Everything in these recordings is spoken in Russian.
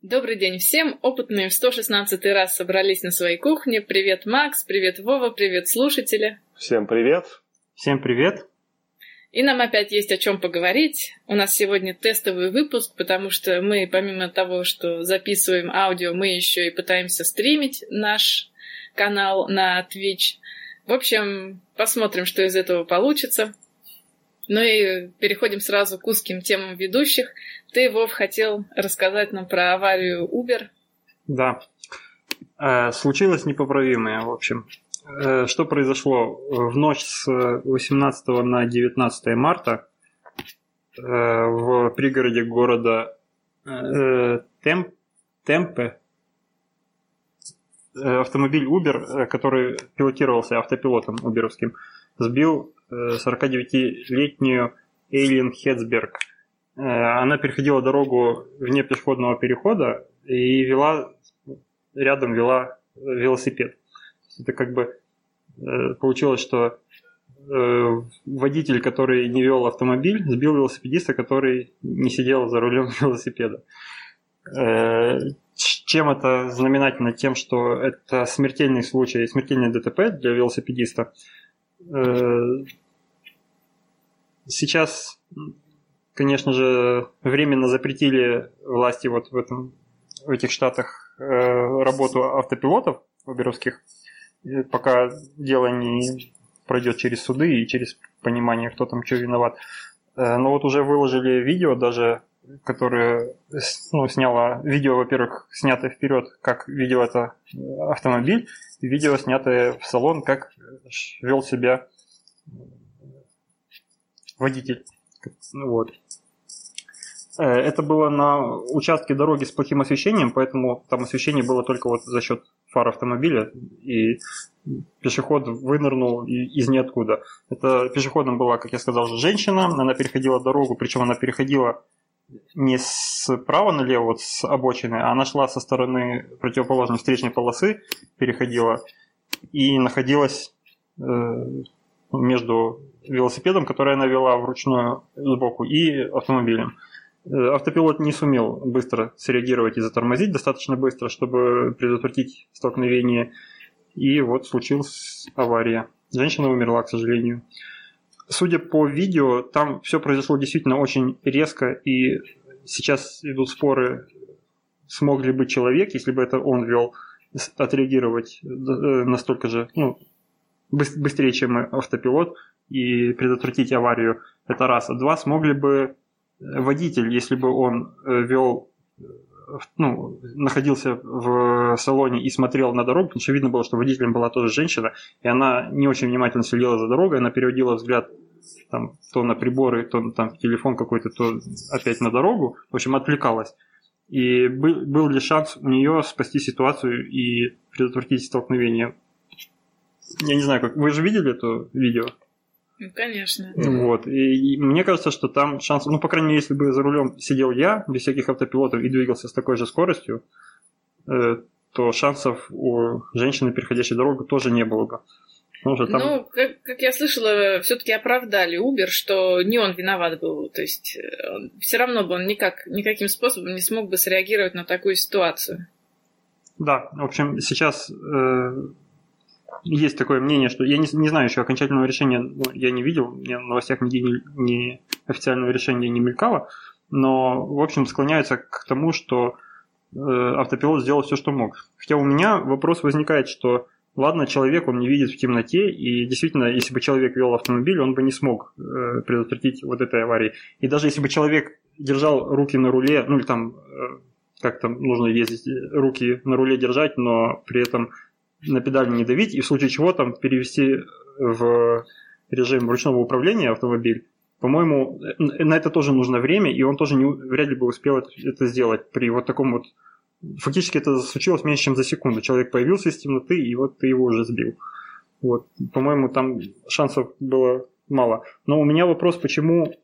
Добрый день всем! Опытные в 116-й раз собрались на своей кухне. Привет, Макс, привет, Вова, привет, слушатели. Всем привет! Всем привет! И нам опять есть о чем поговорить. У нас сегодня тестовый выпуск, потому что мы, помимо того, что записываем аудио, мы еще и пытаемся стримить наш канал на Twitch. В общем, посмотрим, что из этого получится. Ну и переходим сразу к узким темам ведущих. Ты, Вов, хотел рассказать нам про аварию Uber. Да. Случилось непоправимое, в общем. Что произошло? В ночь с 18 на 19 марта в пригороде города Темпе автомобиль Uber, который пилотировался автопилотом уберовским, сбил 49-летнюю Эйлин Хетцберг. Она переходила дорогу вне пешеходного перехода и рядом вела велосипед. Это как бы получилось, что водитель, который не вел автомобиль, сбил велосипедиста, который не сидел за рулем велосипеда. Чем это знаменательно? Тем, что это смертельный случай, смертельный ДТП для велосипедиста. Сейчас, конечно же, временно запретили власти в этих штатах работу автопилотов уберовских, пока дело не пройдет через суды и через понимание, кто там что виноват. Но вот уже выложили видео даже, которое сняло видео, во-первых, снятое вперед, как видел это автомобиль, и видео, снятое в салон, как вел себя водитель. Вот. Это было на участке дороги с плохим освещением, поэтому там освещение было только вот за счет фар автомобиля, и пешеход вынырнул из ниоткуда. Это пешеходом была, как я сказал, женщина, она переходила дорогу, причем она переходила не справа налево, вот с обочины, а она шла со стороны противоположной встречной полосы, переходила и находилась между велосипедом, который она вела вручную сбоку, и автомобилем. Автопилот не сумел быстро среагировать и затормозить достаточно быстро, чтобы предотвратить столкновение. И вот случилась авария. Женщина умерла, к сожалению. Судя по видео, там все произошло действительно очень резко, и сейчас идут споры, смог ли бы человек, если бы это он вел, отреагировать настолько же быстрее, чем автопилот, и предотвратить аварию. Это раз. А два, смог ли бы водитель, если бы он находился в салоне и смотрел на дорогу, потому что видно было, что водителем была тоже женщина, и она не очень внимательно следила за дорогой, она переводила взгляд там, то на приборы, то там телефон какой-то, то опять на дорогу, в общем, отвлекалась. И был ли шанс у нее спасти ситуацию и предотвратить столкновение? Я не знаю, как вы же видели это видео? Ну, конечно. Вот. И мне кажется, что там шанс, по крайней мере, если бы за рулем сидел я, без всяких автопилотов, и двигался с такой же скоростью, то шансов у женщины, переходящей дорогу, тоже не было бы. Там... как я слышала, все-таки оправдали Uber, что не он виноват был. То есть все равно бы он никаким способом не смог бы среагировать на такую ситуацию. Да, в общем, сейчас есть такое мнение, что я не знаю еще окончательного решения, я не видел, мне в новостях нигде ни официального решения не мелькало, но, в общем, склоняются к тому, что автопилот сделал все, что мог. Хотя у меня вопрос возникает, что ладно, человек, он не видит в темноте, и действительно, если бы человек вел автомобиль, он бы не смог предотвратить вот этой аварии. И даже если бы человек держал руки на руле, или там как-то нужно ездить, руки на руле держать, но при этом на педаль не давить, и в случае чего там перевести в режим ручного управления автомобиль, по-моему, на это тоже нужно время, и он тоже вряд ли бы успел это сделать при вот таком вот... Фактически это случилось меньше, чем за секунду. Человек появился из темноты, и вот ты его уже сбил. Вот. По-моему, там шансов было мало. Но у меня вопрос, почему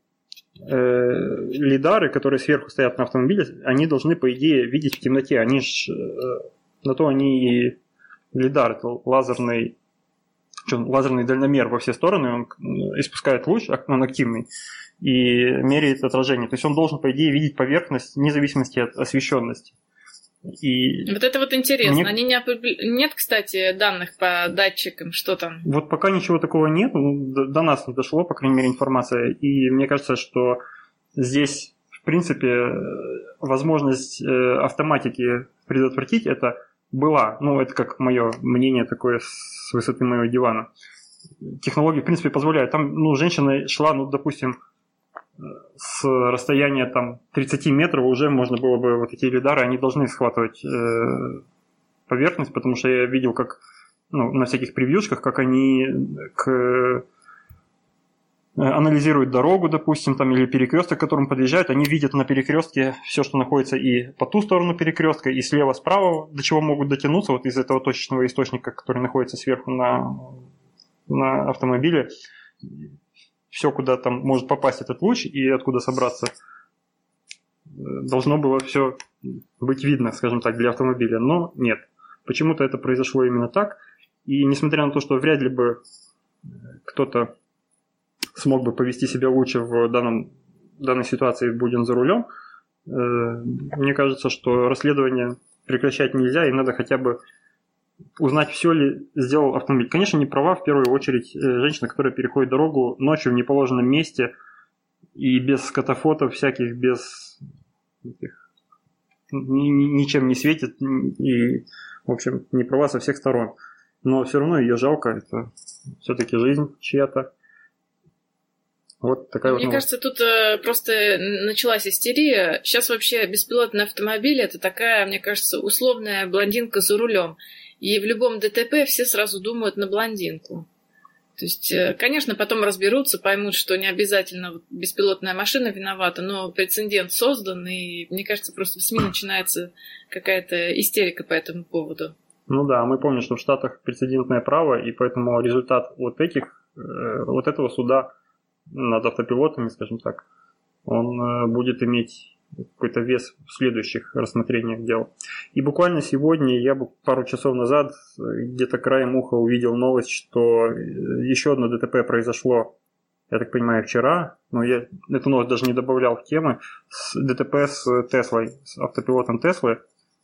лидары, которые сверху стоят на автомобиле, они должны, по идее, видеть в темноте. Они ж на то они и лидар, это лазерный дальномер во все стороны, он испускает луч, он активный, и меряет отражение. То есть он должен, по идее, видеть поверхность вне зависимости от освещенности. И вот это вот интересно. Они нет, кстати, данных по датчикам, что там? Вот пока ничего такого нет, до нас не дошло, по крайней мере, информация. И мне кажется, что здесь, в принципе, возможность автоматики предотвратить это была. Ну, это как мое мнение такое с высоты моего дивана. Технологии, в принципе, позволяют. Там, женщина шла, допустим, с расстояния там 30 метров уже можно было бы вот эти лидары, они должны схватывать поверхность, потому что я видел, как на всяких превьюшках, как они анализируют дорогу, допустим, там, или перекресток, к которому подъезжают, они видят на перекрестке все, что находится и по ту сторону перекрестка, и слева, справа, до чего могут дотянуться вот из этого точечного источника, который находится сверху на автомобиле. Все, куда там может попасть этот луч и откуда собраться, должно было все быть видно, скажем так, для автомобиля. Но нет. Почему-то это произошло именно так. И несмотря на то, что вряд ли бы кто-то смог бы повести себя лучше в данной ситуации, будь он за рулем, мне кажется, что расследование прекращать нельзя, и надо хотя бы узнать, все ли сделал автомобиль. Конечно, не права в первую очередь женщина, которая переходит дорогу ночью в неположенном месте и без катафотов всяких, без ничем не светит, и, в общем, не права со всех сторон. Но все равно ее жалко, это все-таки жизнь чья-то. Вот такая Мне кажется, тут просто началась истерия. Сейчас вообще беспилотный автомобиль — это такая, мне кажется, условная блондинка за рулем. И в любом ДТП все сразу думают на блондинку. То есть, конечно, потом разберутся, поймут, что не обязательно беспилотная машина виновата, но прецедент создан, и, мне кажется, просто в СМИ начинается какая-то истерика по этому поводу. Ну да, мы помним, что в Штатах прецедентное право, и поэтому результат вот этого суда над автопилотами, скажем так, он будет иметь какой-то вес в следующих рассмотрениях дел. И буквально сегодня, я пару часов назад, где-то краем уха увидел новость, что еще одно ДТП произошло, я так понимаю, вчера, но я эту новость даже не добавлял в темы, ДТП с Теслой, с автопилотом Теслы.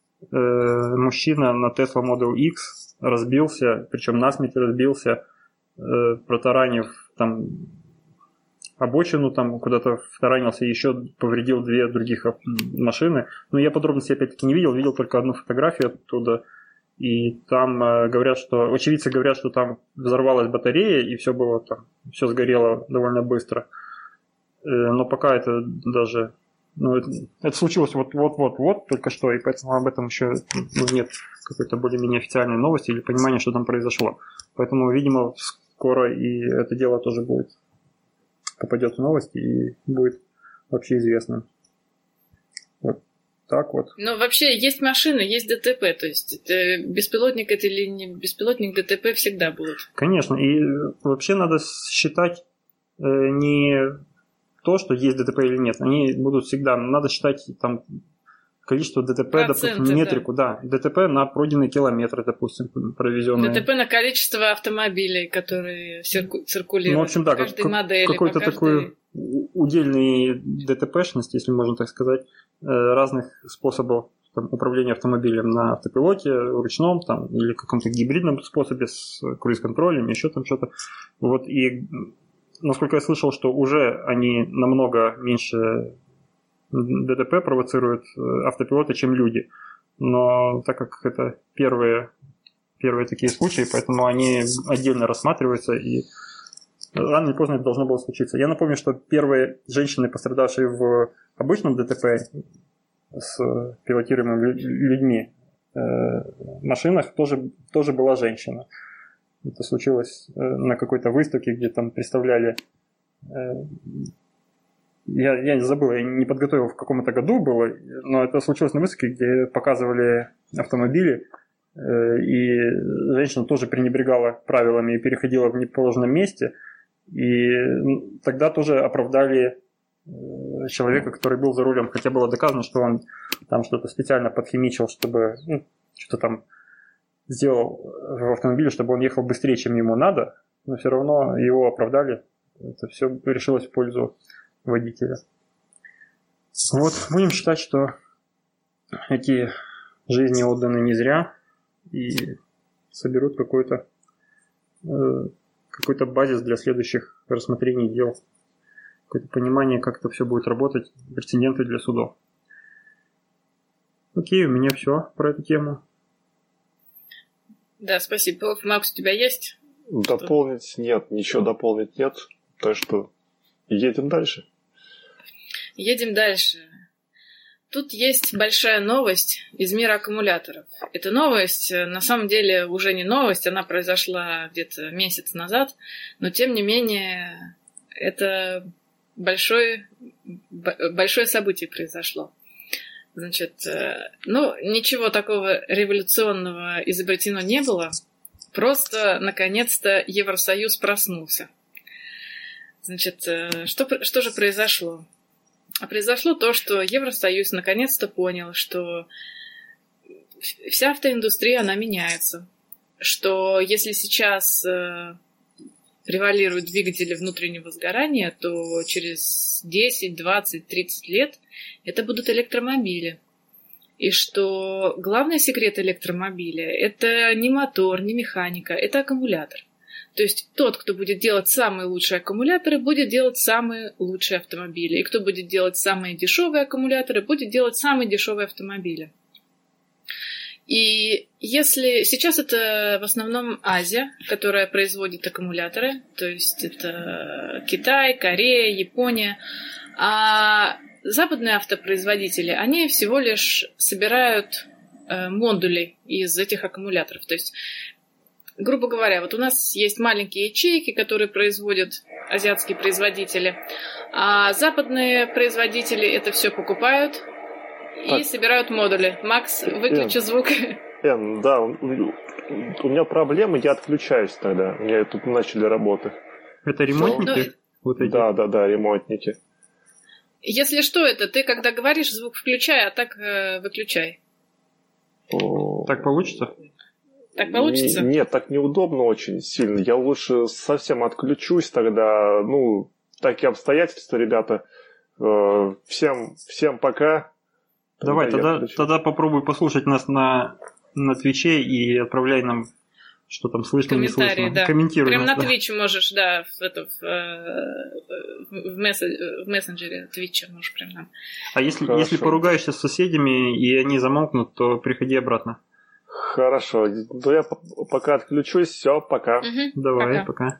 Мужчина на Tesla Model X разбился, причем насмерть разбился, протаранив там обочину, там куда-то втаранился, еще повредил две других машины. Но я подробностей опять-таки не видел только одну фотографию оттуда. И там очевидцы говорят, что там взорвалась батарея, и все было там, все сгорело довольно быстро. Но пока это даже... это случилось вот только что, и поэтому об этом еще нет какой-то более-менее официальной новости или понимания, что там произошло. Поэтому, видимо, скоро и это дело тоже попадет в новости и будет вообще известно. Вот так вот. Но вообще есть машины, есть ДТП, то есть беспилотник это или не беспилотник, ДТП всегда будут. Конечно, и вообще надо считать не то, что есть ДТП или нет, они будут всегда, надо считать там количество ДТП, допустим, метрику, да. ДТП на пройденные километры, допустим, провезенные. ДТП на количество автомобилей, которые циркулируют. Ну, в общем, да, каждой модели, какой-то такой удельный ДТПшность, если можно так сказать, разных способов там, управления автомобилем на автопилоте, ручном там, или каком-то гибридном способе с круиз-контролем, еще там что-то. Вот, и насколько я слышал, что уже они намного меньше ДТП провоцируют автопилоты, чем люди. Но так как это первые такие случаи, поэтому они отдельно рассматриваются, и рано или поздно это должно было случиться. Я напомню, что первые женщины, пострадавшие в обычном ДТП с пилотируемыми людьми машинах, тоже была женщина. Это случилось на какой-то выставке, где там представляли... Я забыл, я не подготовил, в каком это году было, но это случилось на выставке, где показывали автомобили, и женщина тоже пренебрегала правилами и переходила в неположенном месте, и тогда тоже оправдали человека, который был за рулем, хотя было доказано, что он там что-то специально подхимичил, чтобы что-то там сделал в автомобиле, чтобы он ехал быстрее, чем ему надо, но все равно его оправдали, это все решилось в пользу водителя. Вот, будем считать, что эти жизни отданы не зря и соберут какой-то базис для следующих рассмотрений дел, какое-то понимание, как это все будет работать, прецеденты для судов. Окей, у меня все про эту тему. Да, спасибо. Макс, у тебя есть? Дополнить нет, ничего дополнить нет, так что едем дальше. Едем дальше. Тут есть большая новость из мира аккумуляторов. Эта новость, на самом деле, уже не новость, она произошла где-то месяц назад, но, тем не менее, это большое событие произошло. Значит, ничего такого революционного изобретено не было, просто, наконец-то, Евросоюз проснулся. Значит, что же произошло? А произошло то, что Евросоюз наконец-то понял, что вся автоиндустрия, она меняется. Что если сейчас превалируют двигатели внутреннего сгорания, то через 10, 20, 30 лет это будут электромобили. И что главный секрет электромобиля – это не мотор, не механика, это аккумулятор. То есть тот, кто будет делать самые лучшие аккумуляторы, будет делать самые лучшие автомобили. И кто будет делать самые дешевые аккумуляторы, будет делать самые дешевые автомобили. И если сейчас это в основном Азия, которая производит аккумуляторы, то есть это Китай, Корея, Япония, а западные автопроизводители, они всего лишь собирают модули из этих аккумуляторов. То есть, грубо говоря, вот у нас есть маленькие ячейки, которые производят азиатские производители, а западные производители это все покупают и собирают модули. Макс, выключи звук. Да, у меня проблемы, я отключаюсь тогда. У меня тут начали работать. Это ремонтники? Вот эти? Да, ремонтники. Если что, это ты, когда говоришь, звук включай, а так выключай. Так получится? Так получится? Нет, так неудобно очень сильно. Я лучше совсем отключусь тогда. Такие обстоятельства, ребята. Всем пока. Давай, тогда попробуй послушать нас на Твиче и отправляй нам, что там слышно, не слышно. Да. Комментируй прям нас, на Твиче можешь, да, в мессенджере Твича можешь прям нам. А если поругаешься с соседями и они замолкнут, то приходи обратно. Хорошо. Я пока отключусь. Все, пока. Давай, пока.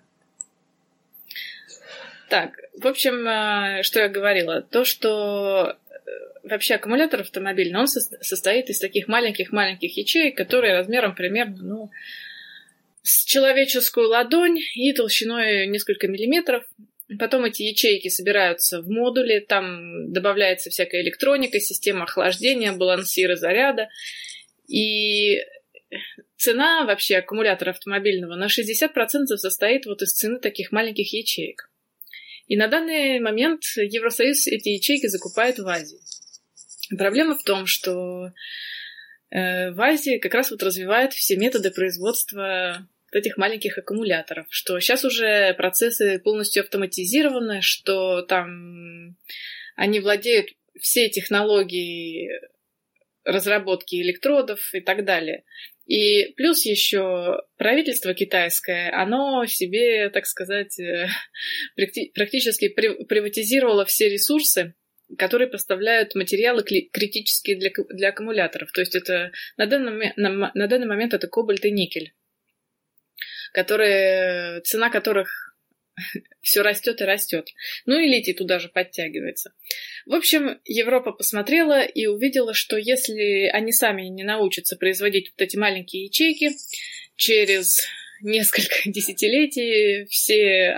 Так, в общем, что я говорила. То, что вообще аккумулятор автомобильный, он состоит из таких маленьких-маленьких ячеек, которые размером примерно, с человеческую ладонь и толщиной несколько миллиметров. Потом эти ячейки собираются в модуле, там добавляется всякая электроника, система охлаждения, балансиры заряда. И цена вообще аккумулятора автомобильного на 60% состоит вот из цены таких маленьких ячеек. И на данный момент Евросоюз эти ячейки закупает в Азии. Проблема в том, что в Азии как раз вот развивают все методы производства этих маленьких аккумуляторов, что сейчас уже процессы полностью автоматизированы, что там они владеют всей технологией разработки электродов и так далее. И плюс еще правительство китайское, оно себе, так сказать, практически приватизировало все ресурсы, которые поставляют материалы критические для аккумуляторов. То есть это на данный момент это кобальт и никель, цена которых все растет и растет. И литий туда же подтягивается. В общем, Европа посмотрела и увидела, что если они сами не научатся производить вот эти маленькие ячейки, через несколько десятилетий все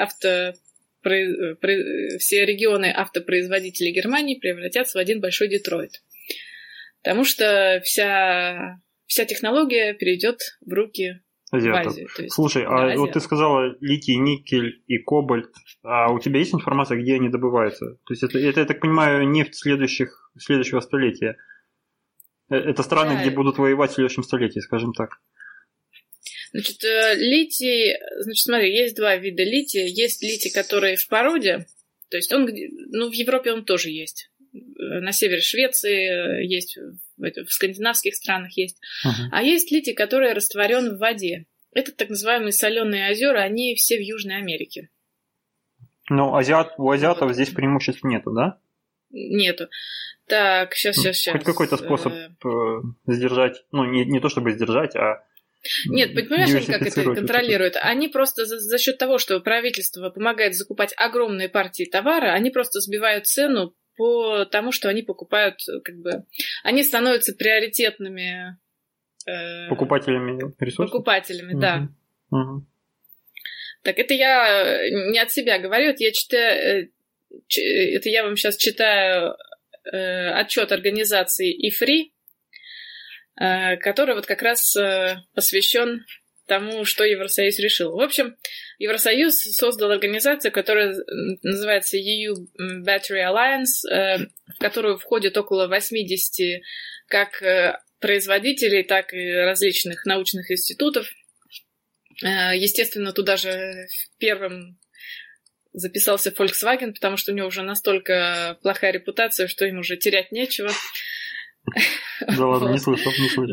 регионы автопроизводителей Германии превратятся в один большой Детройт. Потому что вся технология перейдет в руки азиатов. В Азию. Слушай, вот ты сказала литий, никель и кобальт. А у тебя есть информация, где они добываются? То есть это я так понимаю, нефть следующего столетия. Это страны, где будут воевать в следующем столетии, скажем так. Значит, литий... смотри, есть два вида лития. Есть литий, который в породе. То есть он... в Европе он тоже есть. на севере Швеции есть, в скандинавских странах есть. А есть литий, который растворен в воде. Это так называемые соленые озера, они все в Южной Америке. Но у азиатов здесь преимуществ нету, да? Нету. Так, сейчас. Хоть какой-то способ сдержать, ну, не то чтобы сдержать, а нет, понимаешь, они как это контролируют? Они просто за счет того, что правительство помогает закупать огромные партии товара, они просто сбивают цену по тому, что они покупают, как бы, они становятся приоритетными покупателями ресурсов? Покупателями, да. Так, это я не от себя говорю, это я читаю, это я вам сейчас читаю отчет организации ИФРИ, который вот как раз посвящен тому, что Евросоюз решил. В общем, Евросоюз создал организацию, которая называется EU Battery Alliance, в которую входит около 80 как производителей, так и различных научных институтов. Естественно, туда же первым записался Volkswagen, потому что у него уже настолько плохая репутация, что им уже терять нечего. Да ладно, не слышал.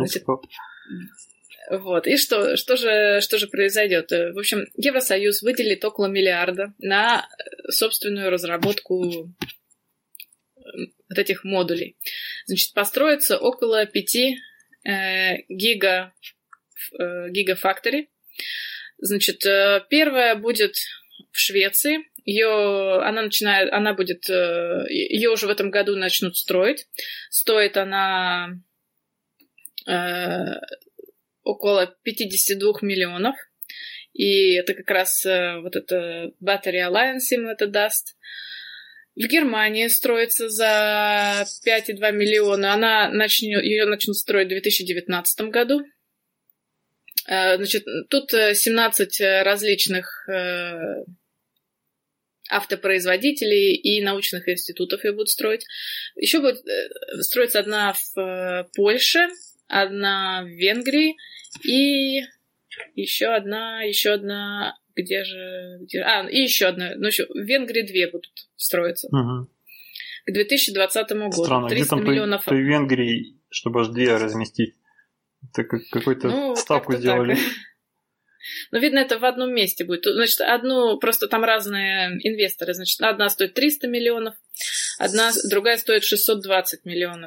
Вот. И что же произойдет? В общем, Евросоюз выделит около миллиарда на собственную разработку вот этих модулей. Значит, построится около 5 гигафактори. Значит, первая будет в Швеции. Ее уже в этом году начнут строить. Стоит она около 52 миллионов. И это как раз вот это Battery Alliance им это даст. В Германии строится за 5,2 миллиона. Ее начнут строить в 2019 году. Значит, тут 17 различных автопроизводителей и научных институтов ее будут строить. Еще будет строиться одна в Польше, одна в Венгрии и еще одна, и еще одна, в Венгрии 2 будут строиться. К 2020 году. Странно, 300 миллионов. При Венгрии, чтобы аж 2 разместить. Это какую-то ставку сделали. Так. Ну, видно, это в одном месте будет. Значит, просто там разные инвесторы. Значит, одна стоит 300 миллионов, другая стоит 620 миллионов.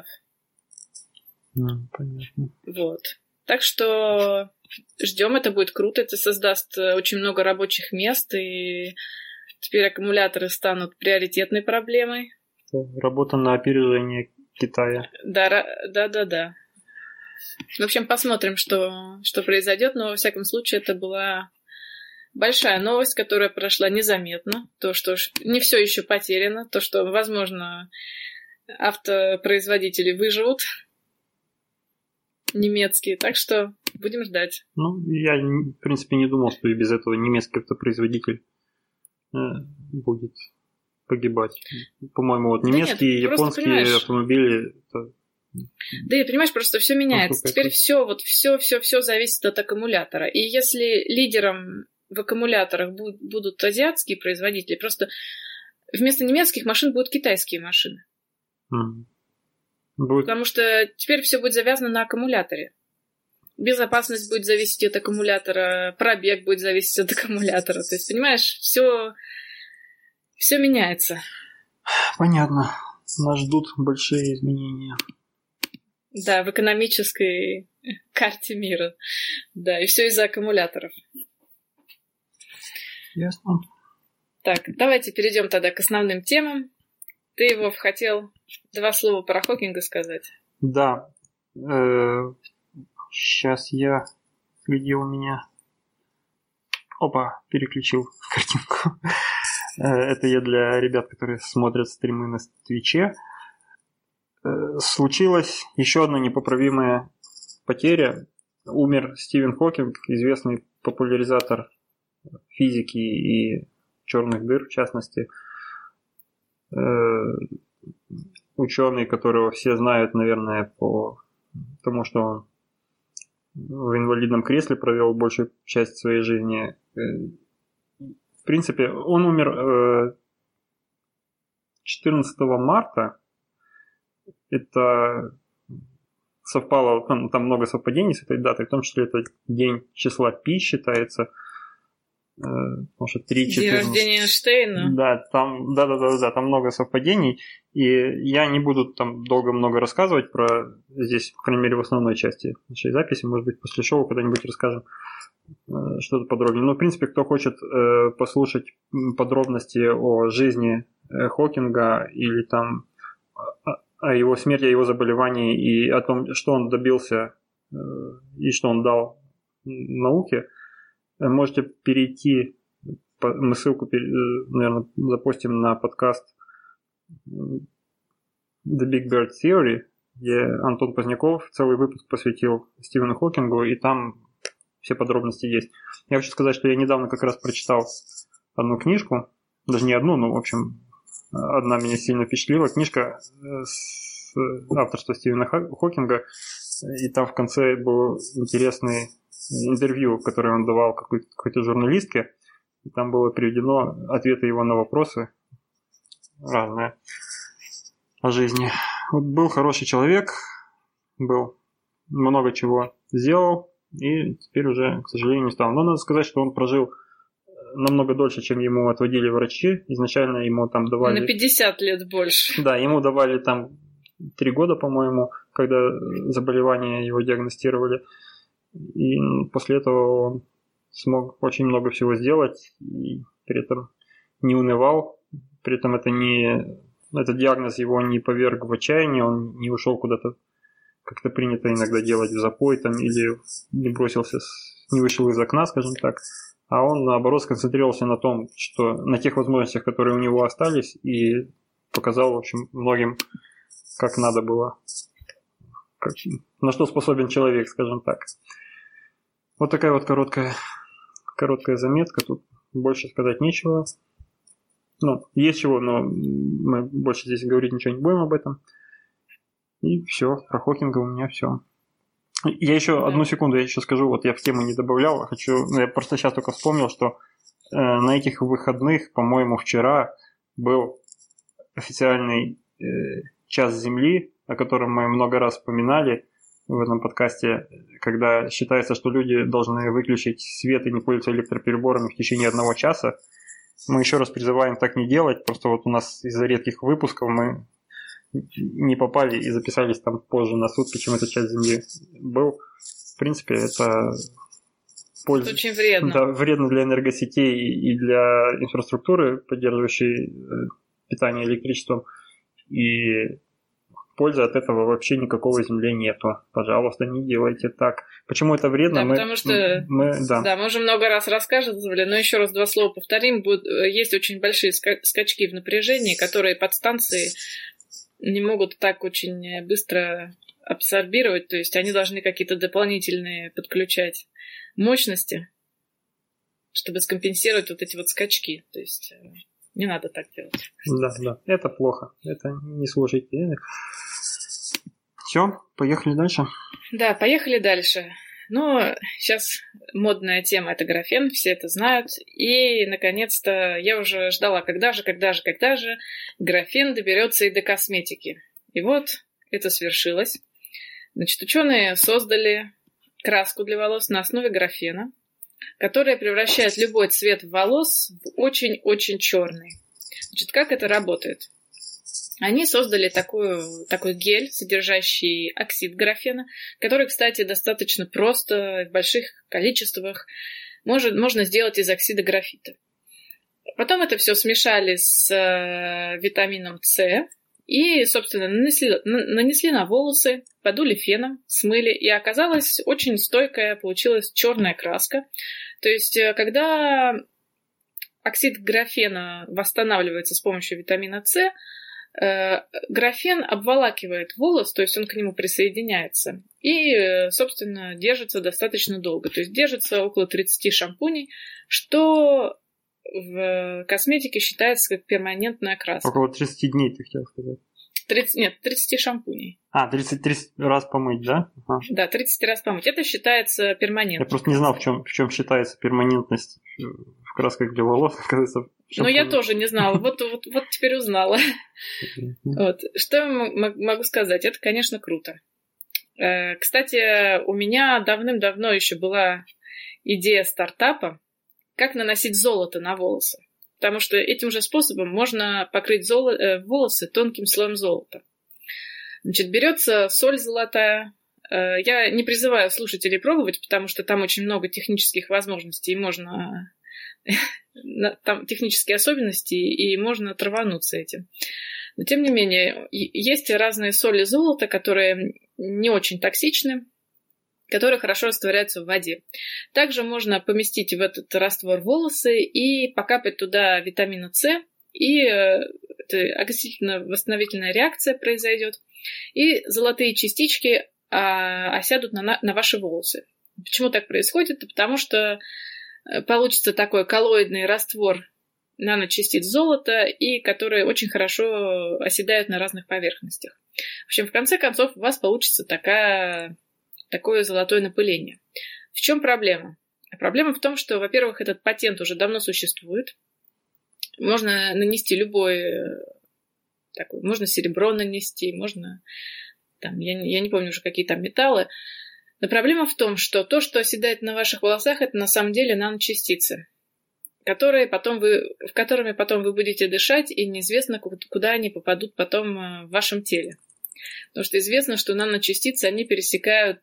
Понятно. Вот. Так что ждем, это будет круто, это создаст очень много рабочих мест, и теперь аккумуляторы станут приоритетной проблемой. Работа на опережение Китая. Да. В общем, посмотрим, что произойдет, но во всяком случае это была большая новость, которая прошла незаметно. То, что не все еще потеряно, то, что, возможно, автопроизводители выживут, немецкие, так что будем ждать. Ну, я, в принципе, не думал, что и без этого немецкий автопроизводитель будет погибать. По-моему, вот немецкие и японские автомобили... Да, и понимаешь, просто все меняется. Теперь все зависит от аккумулятора. И если лидером в аккумуляторах будут азиатские производители, просто вместо немецких машин будут китайские машины. Потому что теперь все будет завязано на аккумуляторе. Безопасность будет зависеть от аккумулятора, пробег будет зависеть от аккумулятора. То есть, понимаешь, все меняется. Понятно. Нас ждут большие изменения. Да, в экономической карте мира. Да, и все из-за аккумуляторов. Ясно. Так, давайте перейдем тогда к основным темам. Ты, Вов, хотел 2 слова про Хокинга сказать? Да. Сейчас где у меня... Опа, переключил картинку. Это я для ребят, которые смотрят стримы на Твиче. Случилась еще одна непоправимая потеря. Умер Стивен Хокинг, известный популяризатор физики и черных дыр, в частности. Ученый, которого все знают, наверное, по тому, что он в инвалидном кресле провел большую часть своей жизни. В принципе, он умер 14 марта. это совпало, там много совпадений с этой датой, в том числе это день числа пи считается, может, 3-14. День рождения Эйнштейна. Да, там много совпадений, и я не буду там много рассказывать про здесь, по крайней мере, в основной части нашей записи, может быть, после шоу когда-нибудь расскажем что-то подробнее. Но, в принципе, кто хочет послушать подробности о жизни Хокинга или там о его смерти, о его заболевании и о том, что он добился и что он дал науке, можете перейти, мы ссылку, наверное, запостим на подкаст The Big Bird Theory, где Антон Поздняков целый выпуск посвятил Стивену Хокингу, и там все подробности есть. Я хочу сказать, что я недавно как раз прочитал одну книжку, даже не одну, но, в общем, одна меня сильно впечатлила. Книжка с авторства Стивена Хокинга, и там в конце был интересный интервью, которое он давал какой-то журналистке, и там было приведено ответы его на вопросы разные о жизни. Вот был хороший человек, много чего сделал, и теперь уже, к сожалению, не стал. Но надо сказать, что он прожил намного дольше, чем ему отводили врачи. Изначально ему там давали... На 50 лет больше. Да, ему давали там 3 года, по-моему, когда заболевание его диагностировали. И после этого он смог очень много всего сделать и при этом не унывал. При этом этот диагноз его не поверг в отчаяние, он не ушел куда-то, как-то принято иногда делать, в запой там, или не вышел из окна, скажем так. А он, наоборот, сконцентрировался на том, на тех возможностях, которые у него остались, и показал, в общем, многим, как надо было, на что способен человек, скажем так. Вот такая вот короткая заметка, тут больше сказать нечего. Ну, есть чего, но мы больше здесь говорить ничего не будем об этом. И все, про Хокинга у меня все. Я еще одну секунду, я еще скажу, вот я в тему не добавлял, я просто сейчас только вспомнил, что на этих выходных, по-моему, вчера был официальный час Земли, о котором мы много раз вспоминали в этом подкасте, когда считается, что люди должны выключить свет и не пользоваться электропереборами в течение 1 часа. Мы еще раз призываем так не делать, просто вот у нас из-за редких выпусков мы не попали и записались там позже на сутки, чем этот час Земли был. В принципе, это очень вредно. Да, вредно для энергосетей и для инфраструктуры, поддерживающей питание электричеством. И пользы от этого вообще никакого Земле нету. Пожалуйста, не делайте так. Почему это вредно? Да, потому что мы уже много раз рассказывали, но еще раз 2 слова повторим. Есть очень большие скачки в напряжении, которые подстанции не могут так очень быстро абсорбировать, то есть они должны какие-то дополнительные подключать мощности, чтобы скомпенсировать вот эти вот скачки. То есть не надо так делать. Да, это плохо. Это не слушайте. Все, поехали дальше. Да, поехали дальше. Ну, сейчас модная тема – это графен, все это знают. И, наконец-то, я уже ждала, когда же графен доберется и до косметики. И вот это свершилось. Значит, ученые создали краску для волос на основе графена, которая превращает любой цвет волос в очень-очень черный. Значит, как это работает? Они создали такой гель, содержащий оксид графена, который, кстати, достаточно просто, в больших количествах можно сделать из оксида графита. Потом это все смешали с витамином С и, собственно, нанесли на волосы, подули феном, смыли, и оказалась очень стойкая, получилась черная краска. То есть, когда оксид графена восстанавливается с помощью витамина С, графен обволакивает волос, то есть он к нему присоединяется и, собственно, держится достаточно долго. То есть держится около 30 шампуней, что в косметике считается как перманентная краска. Около 30 дней, ты хотел сказать? 30 шампуней. 30 раз помыть, да? Ага. Да, 30 раз помыть. Это считается перманентной. Я просто не знал, в чем считается перманентность в красках для волос. Оказывается, Но я тоже не знала. Вот теперь узнала. Вот. Что я могу сказать? Это, конечно, круто. Кстати, у меня давным-давно еще была идея стартапа, как наносить золото на волосы. Потому что этим же способом можно покрыть волосы тонким слоем золота. Значит, берется соль золотая. Я не призываю слушателей пробовать, потому что там очень много технических возможностей, и можно... Там технические особенности, и можно травануться этим. Но, тем не менее, есть разные соли золота, которые не очень токсичны, которые хорошо растворяются в воде. Также можно поместить в этот раствор волосы и покапать туда витамина С, и окислительно-восстановительная реакция произойдет, и золотые частички осядут на ваши волосы. Почему так происходит? Потому что получится такой коллоидный раствор наночастиц золота, и которые очень хорошо оседают на разных поверхностях. В общем, в конце концов, у вас получится такое золотое напыление. В чем проблема? Проблема в том, что, во-первых, этот патент уже давно существует. Можно нанести любой такой, можно серебро нанести, можно, там, я не помню уже, какие там металлы. Но проблема в том, что то, что оседает на ваших волосах, это на самом деле наночастицы, которыми потом вы будете дышать, и неизвестно, куда они попадут потом в вашем теле. Потому что известно, что наночастицы, они пересекают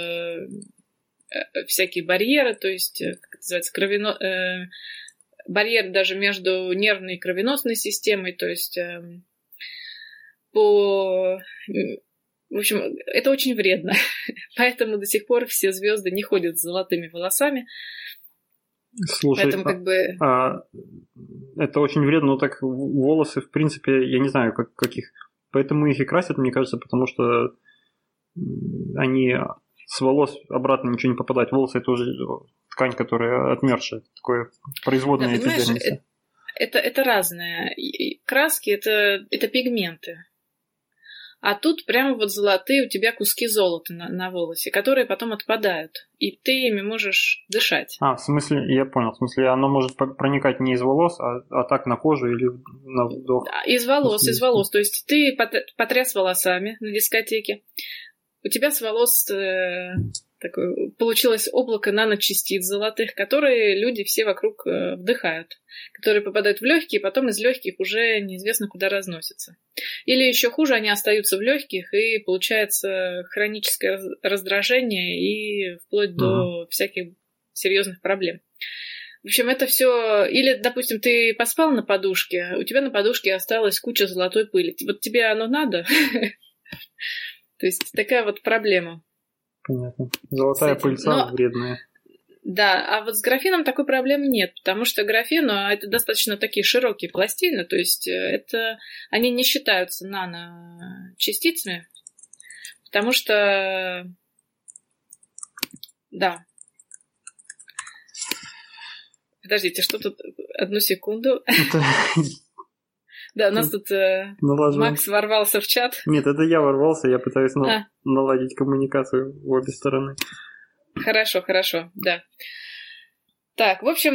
всякие барьеры, то есть, как это называется, барьер даже между нервной и кровеносной системой, то есть в общем, это очень вредно. Поэтому до сих пор все звезды не ходят с золотыми волосами. Слушай, поэтому это очень вредно, но так волосы, в принципе, я не знаю, как их... Поэтому их и красят, мне кажется, потому что они с волос обратно ничего не попадают. Волосы – это уже ткань, которая отмершая, такое производное эпидермиса. Это разное. Краски – это пигменты. А тут прямо вот золотые у тебя куски золота на волосе, которые потом отпадают, и ты ими можешь дышать. В смысле, я понял, в смысле оно может проникать не из волос, а так на кожу или на вдох? Из волос. То есть ты потряс волосами на дискотеке, у тебя с волос такое получилось облако наночастиц золотых, которые люди все вокруг вдыхают, которые попадают в легкие, и потом из легких уже неизвестно куда разносятся. Или еще хуже, они остаются в легких, и получается хроническое раздражение и вплоть до всяких серьезных проблем. В общем, это все. Или, допустим, ты поспал на подушке, у тебя на подушке осталась куча золотой пыли. Вот тебе оно надо? То есть такая вот проблема. Понятно. Золотая пыльца вредная. Да, а вот с графеном такой проблемы нет, потому что графен, это достаточно такие широкие пластины, то есть они не считаются наночастицами, потому что, да. Подождите, что тут? Одну секунду. Да, у нас тут Макс ворвался в чат. Нет, это я ворвался, я пытаюсь наладить коммуникацию в обе стороны. Хорошо, да. Так, в общем,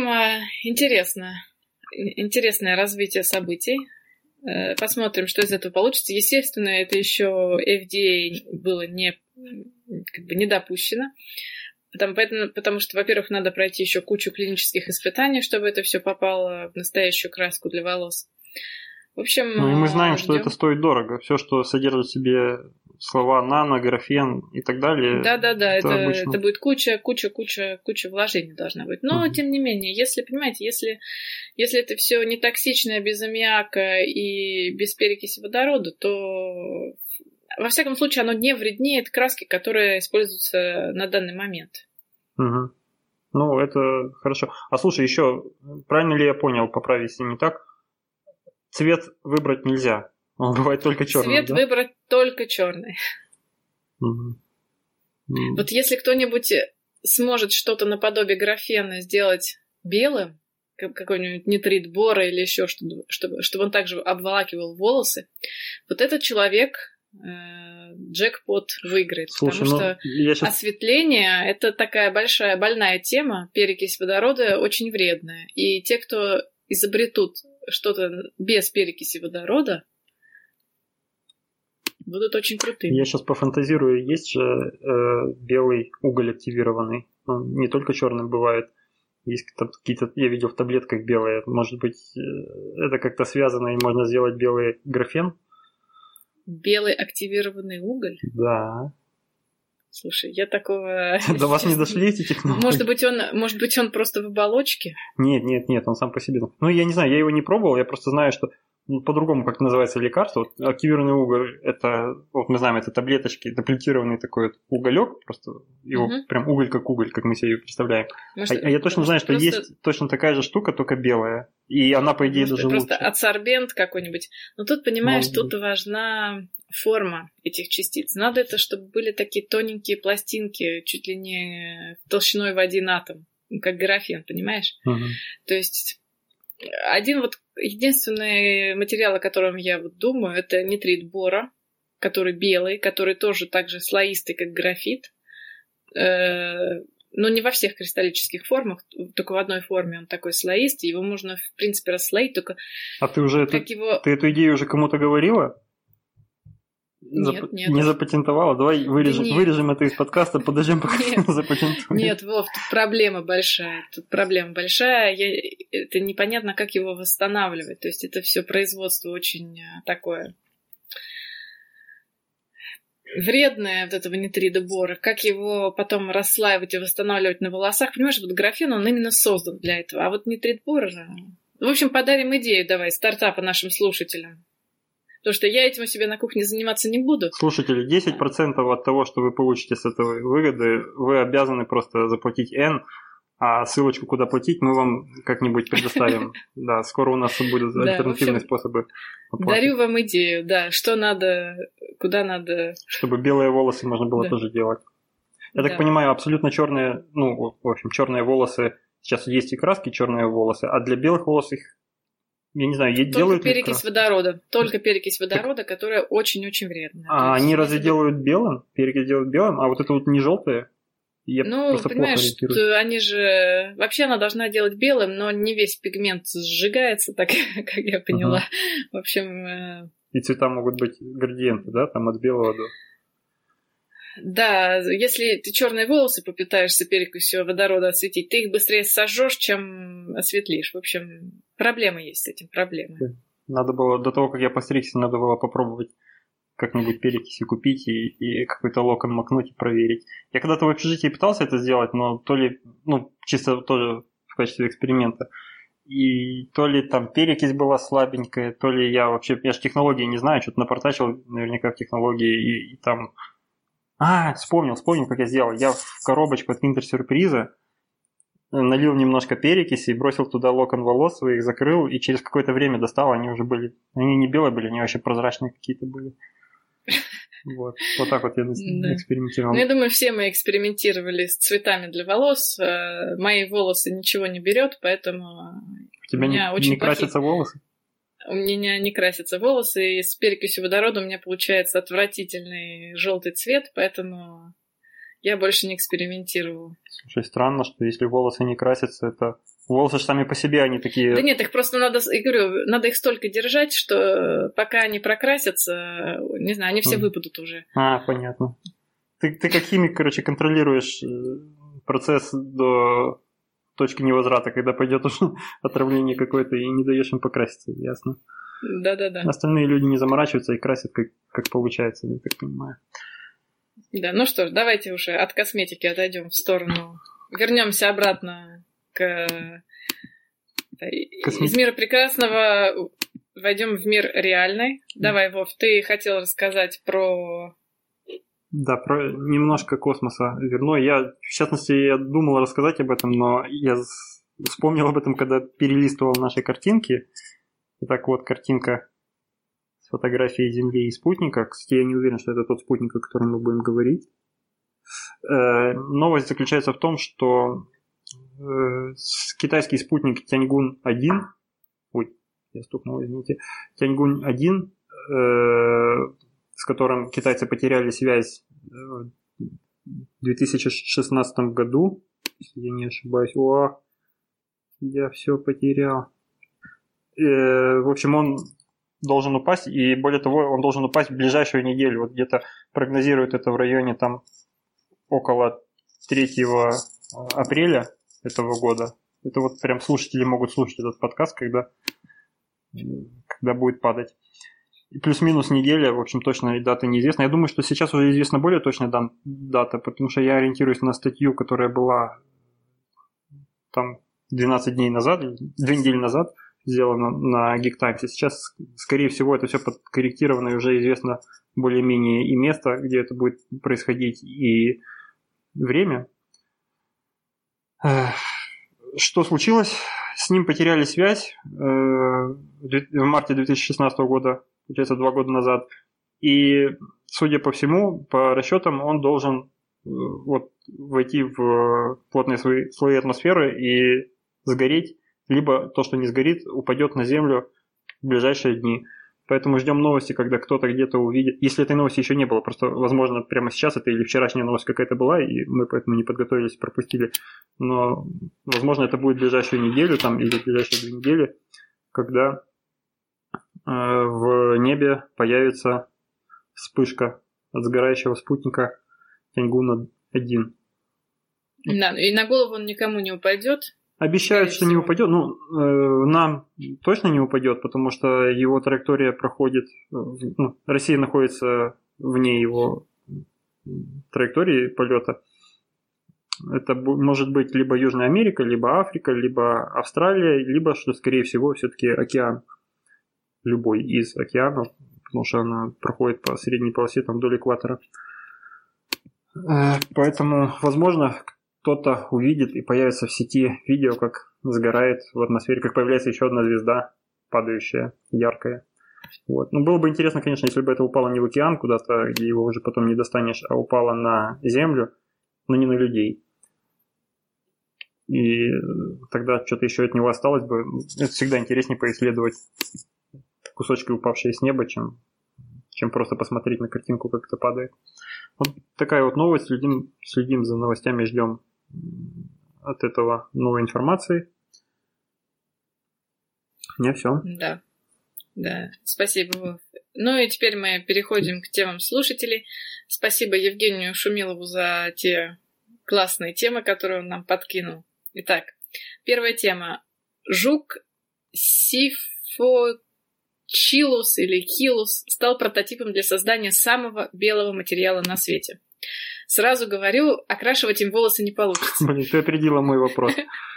интересное развитие событий. Посмотрим, что из этого получится. Естественно, это еще FDA было не допущено. Потому что, во-первых, надо пройти еще кучу клинических испытаний, чтобы это все попало в настоящую краску для волос. В общем, и мы знаем, что это стоит дорого. Все, что содержит в себе слова нано, графен и так далее. Да, это будет куча вложений должна быть. Но, тем не менее, если это все не токсичное, без аммиака и без перекиси водорода, то, во всяком случае, оно не вреднеет краски, которые используются на данный момент. Ну, это хорошо. А слушай, еще, правильно ли я понял, поправь, если не так, цвет выбрать нельзя. Он бывает только черный. Цвет выбрать только черный. Вот если кто-нибудь сможет что-то наподобие графена сделать белым, какой-нибудь нитрит бора или еще что-то, чтобы он также обволакивал волосы, вот этот человек джекпот выиграет. Слушай, потому что осветление – это такая большая больная тема, перекись водорода очень вредная. И те, кто изобретут что-то без перекиси водорода, будут очень крутыми. Я сейчас пофантазирую, есть же белый уголь активированный. Он не только черный бывает. Есть какие-то, я видел в таблетках белые. Может быть, это как-то связано, и можно сделать белый графен? Белый активированный уголь? Да. Слушай, я такого... До вас не дошли эти технологии? Может быть, он просто в оболочке? Нет, он сам по себе. Ну, я не знаю, я его не пробовал, я просто знаю, что по-другому, как называется лекарство. Вот, активированный уголь, это, вот мы знаем, это таблеточки, таблетированный такой вот уголек, просто его прям уголь, как мы себе ее представляем. Может, я точно знаю, что есть точно такая же штука, только белая. И она, по идее, даже лучше. Просто адсорбент какой-нибудь. Но тут, понимаешь, тут важна форма этих частиц. Надо это, чтобы были такие тоненькие пластинки, чуть ли не толщиной в 1 атом, как графен, понимаешь? То есть один вот единственный материал, о котором я вот думаю, это нитрит бора, который белый, который тоже так же слоистый, как графит. Но не во всех кристаллических формах, только в одной форме он такой слоистый. Его можно, в принципе, расслоить, только... А ты уже ты эту идею уже кому-то говорила? Нет. Не запатентовала? Давай вырежем это из подкаста, подождем, пока запатентуем. Нет, Вов, тут проблема большая. Это непонятно, как его восстанавливать. То есть это все производство очень такое вредное, вот этого нитрида бора. Как его потом расслаивать и восстанавливать на волосах. Понимаешь, вот графен, он именно создан для этого. А вот нитрид бора... В общем, подарим идею давай, стартапа нашим слушателям. Потому что я этим у себя на кухне заниматься не буду. Слушатели, 10% от того, что вы получите с этой выгоды, вы обязаны просто заплатить N, а ссылочку, куда платить, мы вам как-нибудь предоставим. Да, скоро у нас будут альтернативные способы оплаты. Дарю вам идею, да, что надо, куда надо. Чтобы белые волосы можно было тоже делать. Я так понимаю, абсолютно черные, в общем, черные волосы, сейчас есть и краски черные волосы, а для белых волос их, я не знаю, делают перекись водорода. Только перекись водорода, которая очень-очень вредная. А они разве делают белым? Перекись делают белым, а вот это вот не желтое? Понимаешь, они же... Вообще она должна делать белым, но не весь пигмент сжигается, так как я поняла. В общем... И цвета могут быть градиенты, да? Там от белого до... Да, если ты черные волосы попытаешься перекисью водорода осветить, ты их быстрее сожжешь, чем осветлишь. В общем, проблема есть с этим, проблема. Надо было, до того, как я постригся, надо было попробовать как-нибудь перекиси купить и какой-то локон макнуть и проверить. Я когда-то в общежитии пытался это сделать, но то ли, чисто тоже в качестве эксперимента, и то ли там перекись была слабенькая, то ли я же технологии не знаю, что-то напортачил наверняка в технологии, и там... Вспомнил, как я сделал. Я в коробочку от киндер-сюрприза налил немножко перекиси, бросил туда локон волос своих, закрыл, и через какое-то время достал, они уже были... Они не белые были, они вообще прозрачные какие-то были. Вот так вот я экспериментировал. Я думаю, все мы экспериментировали с цветами для волос. Мои волосы ничего не берет, поэтому... У тебя не красятся волосы? У меня не красятся волосы, и с перекисью водорода у меня получается отвратительный желтый цвет, поэтому я больше не экспериментирую. Слушай, странно, что если волосы не красятся, это... Волосы же сами по себе, они такие... Да нет, их просто надо, я говорю, надо их столько держать, что пока они прокрасятся, не знаю, они все выпадут уже. Понятно. Ты как химик, контролируешь процесс до... точки невозврата, когда пойдет уже отравление какое-то, и не даешь им покраситься, ясно? Да. Остальные люди не заморачиваются и красят, как получается, я так понимаю. Да, ну что ж, давайте уже от косметики отойдем в сторону, вернемся обратно из мира прекрасного, войдем в мир реальный. Давай, Вов, ты хотел рассказать про... Да, про немножко космоса верну. В частности, я думал рассказать об этом, но я вспомнил об этом, когда перелистывал наши картинки. Итак, вот картинка с фотографией Земли и спутника. Кстати, я не уверен, что это тот спутник, о котором мы будем говорить. Новость заключается в том, что китайский спутник Тяньгун-1, Тяньгун-1, с которым китайцы потеряли связь в 2016 году, если я не ошибаюсь. Я все потерял. в общем, он должен упасть, и более того, он должен упасть в ближайшую неделю. Вот где-то прогнозируют это в районе там около 3 апреля этого года. Это вот прям слушатели могут слушать этот подкаст, когда будет падать. И плюс-минус неделя, в общем, точно дата неизвестна. Я думаю, что сейчас уже известна более точная дата, потому что я ориентируюсь на статью, которая была там 12 дней назад, 2 недели назад, сделано на Geek Times. И сейчас, скорее всего, это все подкорректировано и уже известно более-менее и место, где это будет происходить, и время. Что случилось? С ним потеряли связь в марте 2016 года, получается, 2 года назад. И, судя по всему, по расчетам, он должен вот войти в плотные слои атмосферы и сгореть, либо то, что не сгорит, упадет на Землю в ближайшие дни. Поэтому ждем новости, когда кто-то где-то увидит. Если этой новости еще не было, просто, возможно, прямо сейчас это или вчерашняя новость какая-то была, и мы поэтому не подготовились, пропустили. Но, возможно, это будет в ближайшую неделю там, или в ближайшие 2 недели, когда в небе появится вспышка от сгорающего спутника Тяньгун-1. Да, и на голову он никому не упадет. Обещают, что не упадет. Ну, нам точно не упадет, потому что его траектория проходит... Ну, Россия находится вне его траектории полета. Это может быть либо Южная Америка, либо Африка, либо Австралия, либо, что, скорее всего, все-таки океан. Любой из океанов, потому что она проходит по средней полосе там, вдоль экватора. Поэтому, возможно, кто-то увидит и появится в сети видео, как сгорает в атмосфере, как появляется еще одна звезда, падающая, яркая. Вот. Ну, было бы интересно, конечно, если бы это упало не в океан куда-то, где его уже потом не достанешь, а упало на Землю, но не на людей. И тогда что-то еще от него осталось бы. Это всегда интереснее поисследовать кусочки, упавшие с неба, чем просто посмотреть на картинку, как это падает. Вот такая вот новость. Следим за новостями, ждем от этого новой информации. Не все. Да, спасибо. Ну и теперь мы переходим к темам слушателей. Спасибо Евгению Шумилову за те классные темы, которые он нам подкинул. Итак, первая тема. Жук Сифочилус или Хилус стал прототипом для создания самого белого материала на свете. Сразу говорю, окрашивать им волосы не получится. Блин, ты опередила мой вопрос.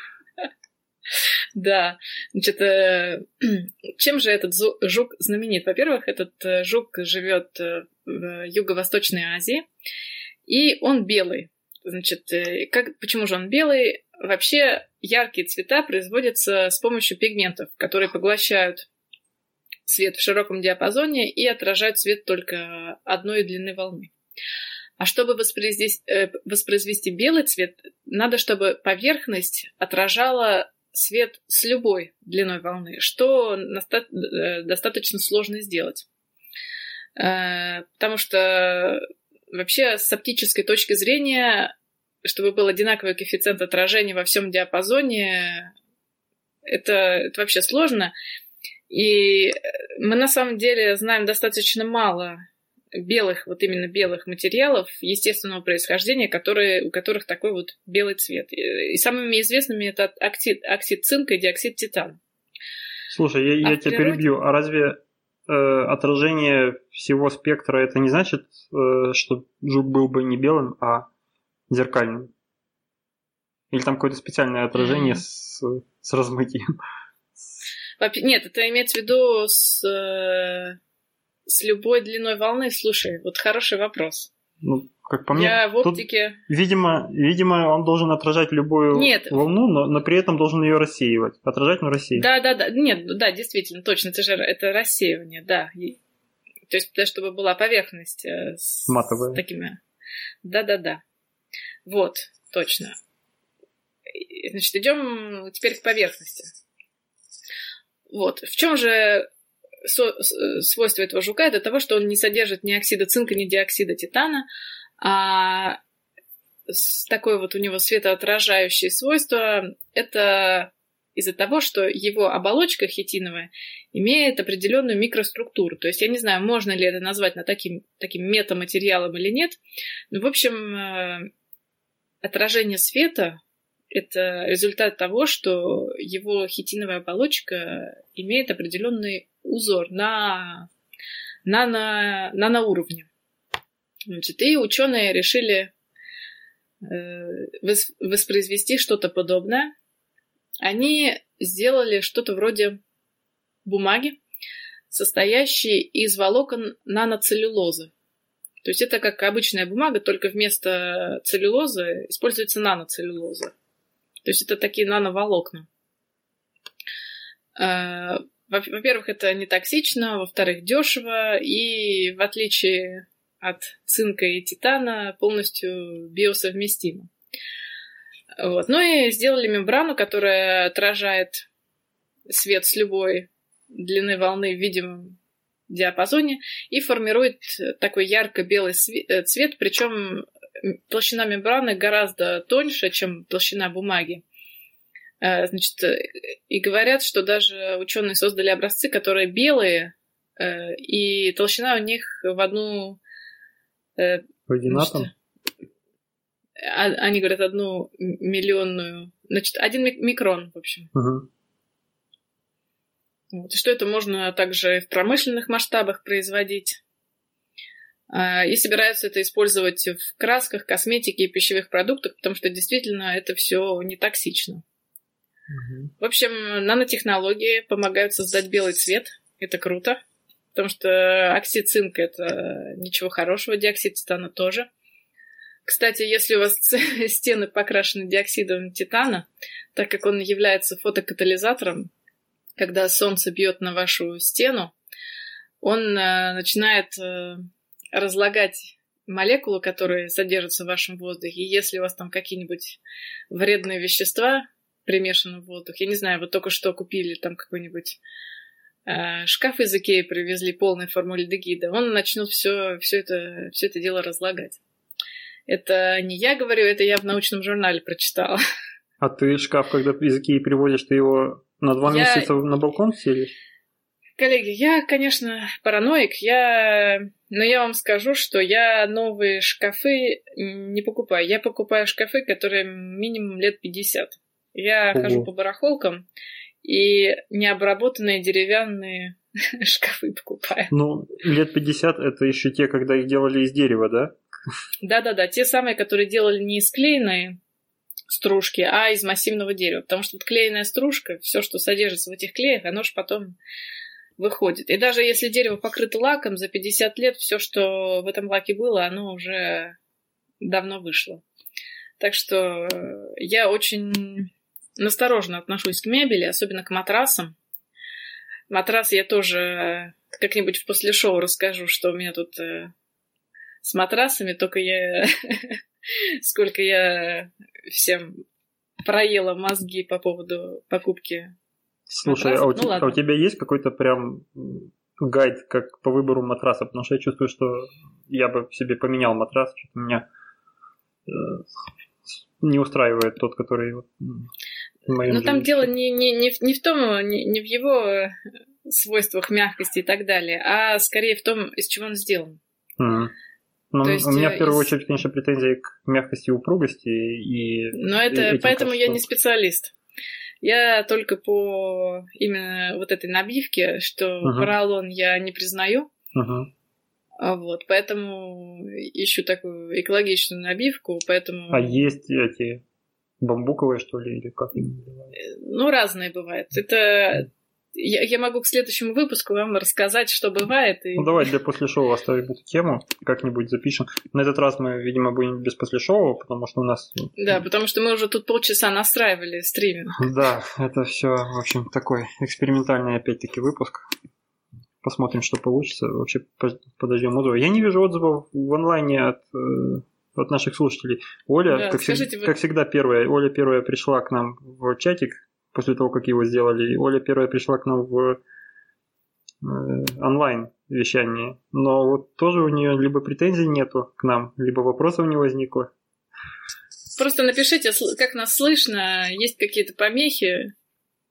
Да, значит, чем же этот жук знаменит? Во-первых, этот жук живет в Юго-Восточной Азии, и он белый. Значит, почему же он белый? Вообще, яркие цвета производятся с помощью пигментов, которые поглощают свет в широком диапазоне и отражают свет только одной длины волны. А чтобы воспроизвести белый цвет, надо, чтобы поверхность отражала свет с любой длиной волны, что достаточно сложно сделать. Потому что вообще с оптической точки зрения, чтобы был одинаковый коэффициент отражения во всем диапазоне, это вообще сложно. И мы на самом деле знаем достаточно мало белых, вот именно белых материалов естественного происхождения, у которых такой вот белый цвет. И самыми известными это оксид цинка и диоксид титана. Слушай, я тебя перебью. А разве отражение всего спектра это не значит, что жук был бы не белым, а зеркальным? Или там какое-то специальное отражение с размытием? Нет, это имеется в виду с любой длиной волны. Слушай, вот хороший вопрос. Ну, как по мне, я в оптике... Тут, видимо, он должен отражать любую волну, но при этом должен ее рассеивать. Отражать, но рассеивать. Да. Нет, да, действительно, точно. Это рассеивание, да. То есть, чтобы была поверхность матовая. С такими... Да. Вот, точно. Значит, идем теперь к поверхности. Вот. В чем же свойство этого жука? Это того, что он не содержит ни оксида цинка, ни диоксида титана, а такое вот у него светоотражающее свойство – это из-за того, что его оболочка хитиновая имеет определенную микроструктуру. То есть я не знаю, можно ли это назвать таким метаматериалом или нет. Но, в общем, отражение света – это результат того, что его хитиновая оболочка имеет определенный узор на наноуровне. Значит, и ученые решили воспроизвести что-то подобное. Они сделали что-то вроде бумаги, состоящей из волокон наноцеллюлозы. То есть это как обычная бумага, только вместо целлюлозы используется наноцеллюлоза. То есть это такие нановолокна. Во-первых, это не токсично, во-вторых, дешево, и в отличие от цинка и титана полностью биосовместимо. Вот. Ну и сделали мембрану, которая отражает свет с любой длины волны в видимом диапазоне и формирует такой ярко-белый цвет, причем толщина мембраны гораздо тоньше, чем толщина бумаги. Значит, и говорят, что даже ученые создали образцы, которые белые, и толщина у них в одну... В один атом? Они говорят, 1 миллионную... Значит, 1 микрон, в общем. Угу. Вот. И что это можно также в промышленных масштабах производить. И собираются это использовать в красках, косметике и пищевых продуктах, потому что действительно это все не токсично. В общем, нанотехнологии помогают создать белый цвет. Это круто, потому что оксид цинка – это ничего хорошего, диоксид титана тоже. Кстати, если у вас стены покрашены диоксидом титана, так как он является фотокатализатором, когда солнце бьет на вашу стену, он начинает разлагать молекулы, которые содержатся в вашем воздухе. И если у вас там какие-нибудь вредные вещества примешаны в воздух, я не знаю, вот только что купили там какой-нибудь шкаф из Икеи, привезли полный формальдегида, он начнет все это дело разлагать. Это не я говорю, это я в научном журнале прочитала. А ты шкаф, когда из Икеи привозишь, ты его на 2 месяца на балкон селишь? Коллеги, я, конечно, параноик, но я вам скажу, что я новые шкафы не покупаю. Я покупаю шкафы, которые минимум лет 50. Я хожу по барахолкам и необработанные деревянные шкафы покупаю. Ну, лет 50 это еще те, когда их делали из дерева, да? Да-да-да, те самые, которые делали не из клееной стружки, а из массивного дерева. Потому что вот клееная стружка, все, что содержится в этих клеях, оно же потом выходит. И даже если дерево покрыто лаком, за 50 лет все, что в этом лаке было, оно уже давно вышло. Так что я очень настороженно отношусь к мебели, особенно к матрасам. Матрас я тоже как-нибудь в после шоу расскажу, что у меня тут с матрасами, только я... Сколько я всем проела мозги по поводу покупки. Слушай, а у тебя есть какой-то прям гайд как по выбору матраса? Потому что я чувствую, что я бы себе поменял матрас, что-то меня не устраивает тот, который в моем Но там дело не в том, не в его свойствах мягкости и так далее, а скорее в том, из чего он сделан. Ну, у меня в первую очередь, конечно, претензии к мягкости и упругости. Но это поэтому я не специалист. Я только по именно вот этой набивке, что поролон я не признаю. Вот, поэтому ищу такую экологичную набивку, поэтому... А есть эти бамбуковые, что ли, или как они называются? Ну, разные бывают. Это... Я могу к следующему выпуску вам рассказать, что бывает. Ну, давай для после шоу оставим эту тему, как-нибудь запишем. На этот раз мы, видимо, будем без после шоу, потому что у нас... Да, потому что мы уже тут полчаса настраивали стриминг. Да, это все, в общем, такой экспериментальный, опять-таки, выпуск. Посмотрим, что получится. Вообще, подождем отзывы. Я не вижу отзывов в онлайне от наших слушателей. Оля, да, как всегда, первая. Оля первая пришла к нам в чатик после того, как его сделали. Оля первая пришла к нам в онлайн-вещание. Но вот тоже у нее либо претензий нету к нам, либо вопросов не возникло. Просто напишите, как нас слышно, есть какие-то помехи.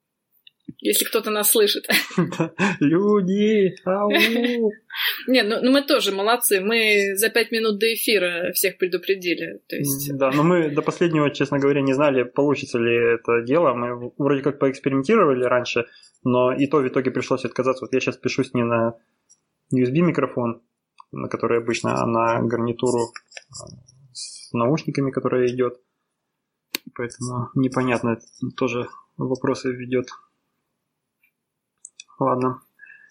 если кто-то нас слышит. Люди! Ау! Не, ну мы тоже молодцы. Мы за 5 минут до эфира всех предупредили. То есть... Да, но мы до последнего, честно говоря, не знали, получится ли это дело. Мы вроде как поэкспериментировали раньше, но и то в итоге пришлось отказаться. Вот я сейчас пишусь не на USB-микрофон, на который обычно, а на гарнитуру с наушниками, которая идет. Поэтому непонятно, это тоже вопросы ведет. Ладно.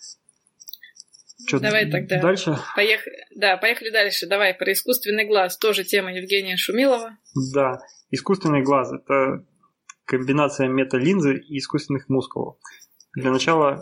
Что, давай тогда. Дальше? Поехали дальше. Давай, про искусственный глаз. Тоже тема Евгения Шумилова. Да, искусственный глаз – это комбинация металинзы и искусственных мускулов. Для начала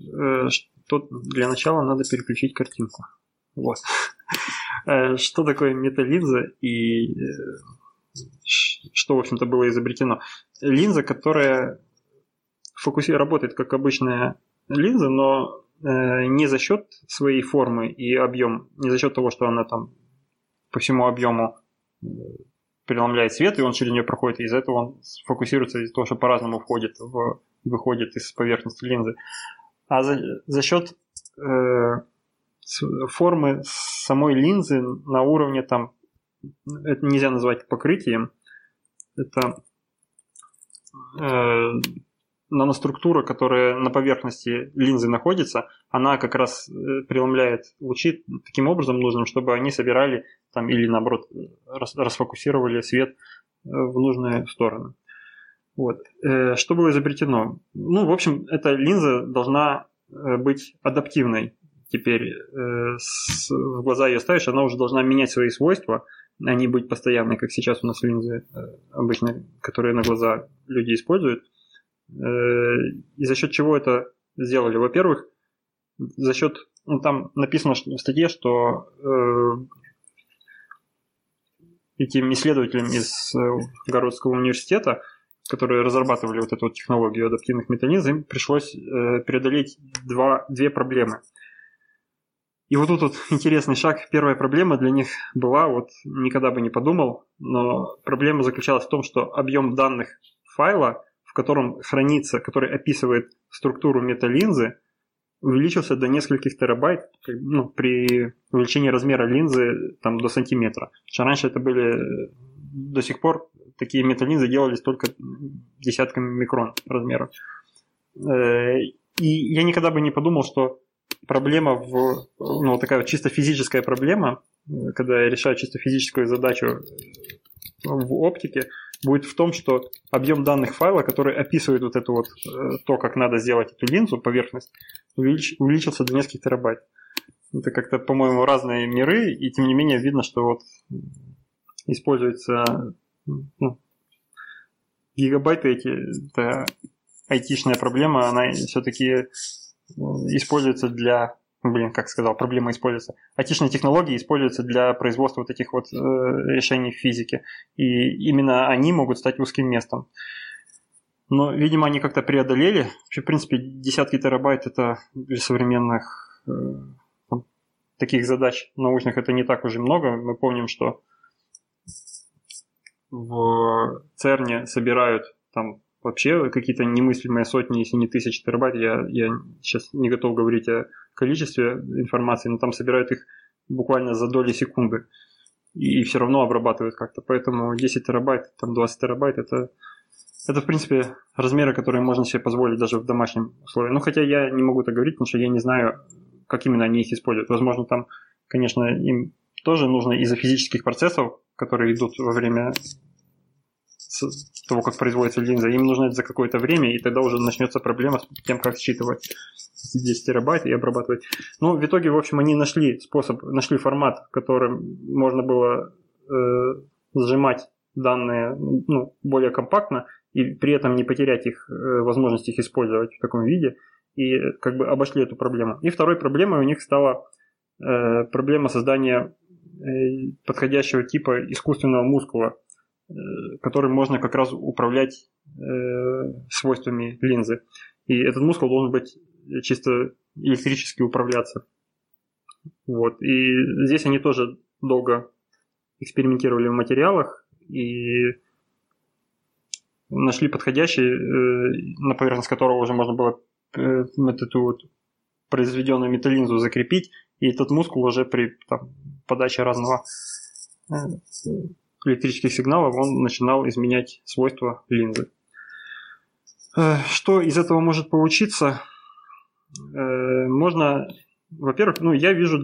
надо переключить картинку. Вот. Что такое металинза и что, в общем-то, было изобретено? Линза, которая работает как обычная линза, но не за счет своей формы и объема, не за счет того, что она там по всему объему преломляет свет, и он через нее проходит, и из-за этого он фокусируется, из-за того, что по-разному выходит из поверхности линзы. А за счет формы самой линзы на уровне там, это нельзя назвать покрытием, это наноструктура, которая на поверхности линзы находится, она как раз преломляет лучи таким образом нужным, чтобы они собирали там, или наоборот расфокусировали свет в нужную сторону. Вот. Что было изобретено? Ну, в общем, эта линза должна быть адаптивной. Теперь в глаза ее ставишь, она уже должна менять свои свойства, а не быть постоянной, как сейчас у нас линзы обычно, которые на глаза люди используют. И за счет чего это сделали? Во-первых, за счет, там написано в статье, что этим исследователям из Гарвардского университета, которые разрабатывали вот эту вот технологию адаптивных металлинз, им пришлось преодолеть две проблемы. И вот тут вот интересный шаг. Первая проблема для них была, вот никогда бы не подумал, но проблема заключалась в том, что объем данных файла, в котором хранится, который описывает структуру металлинзы, увеличился до нескольких терабайт, при увеличении размера линзы там, до сантиметра. Раньше это были, до сих пор такие металлинзы делались только десятками микрон размера. И я никогда бы не подумал, что проблема такая вот чисто физическая проблема, когда я решаю чисто физическую задачу в оптике, будет в том, что объем данных файла, который описывает вот это вот то, как надо сделать эту линзу, поверхность, увеличился до нескольких терабайт. Это как-то, по-моему, разные миры, и тем не менее видно, что вот используются гигабайты эти, это айтишная проблема, она все-таки используется для, проблема используется. Айтишные технологии используются для производства вот этих вот решений в физике. И именно они могут стать узким местом. Но, видимо, они как-то преодолели. Вообще, в принципе, десятки терабайт это для современных таких задач научных это не так уже много. Мы помним, что в ЦЕРНе собирают там вообще какие-то немыслимые сотни, если не тысячи терабайт. Я сейчас не готов говорить о количестве информации, но там собирают их буквально за доли секунды. И все равно обрабатывают как-то. Поэтому 10 терабайт, там 20 терабайт это в принципе размеры, которые можно себе позволить даже в домашнем условии. Ну, хотя я не могу так говорить, потому что я не знаю, как именно они их используют. Возможно, там, конечно, им тоже нужно из-за физических процессов, которые идут во время того, как производится линза, им нужно это за какое-то время, и тогда уже начнется проблема с тем, как считывать 10 терабайт и обрабатывать. Ну, в итоге, в общем, они нашли формат, которым можно было сжимать данные более компактно и при этом не потерять их возможность их использовать в таком виде, и как бы обошли эту проблему. И второй проблемой у них стала проблема создания подходящего типа искусственного мускула, которым можно как раз управлять свойствами линзы. И этот мускул должен быть чисто электрически управляться. Вот. И здесь они тоже долго экспериментировали в материалах и нашли подходящий, на поверхность которого уже можно было эту вот произведенную металлинзу закрепить, и этот мускул уже при подаче разного электрических сигналов он начинал изменять свойства линзы. Что из этого может получиться? Можно, во-первых, я вижу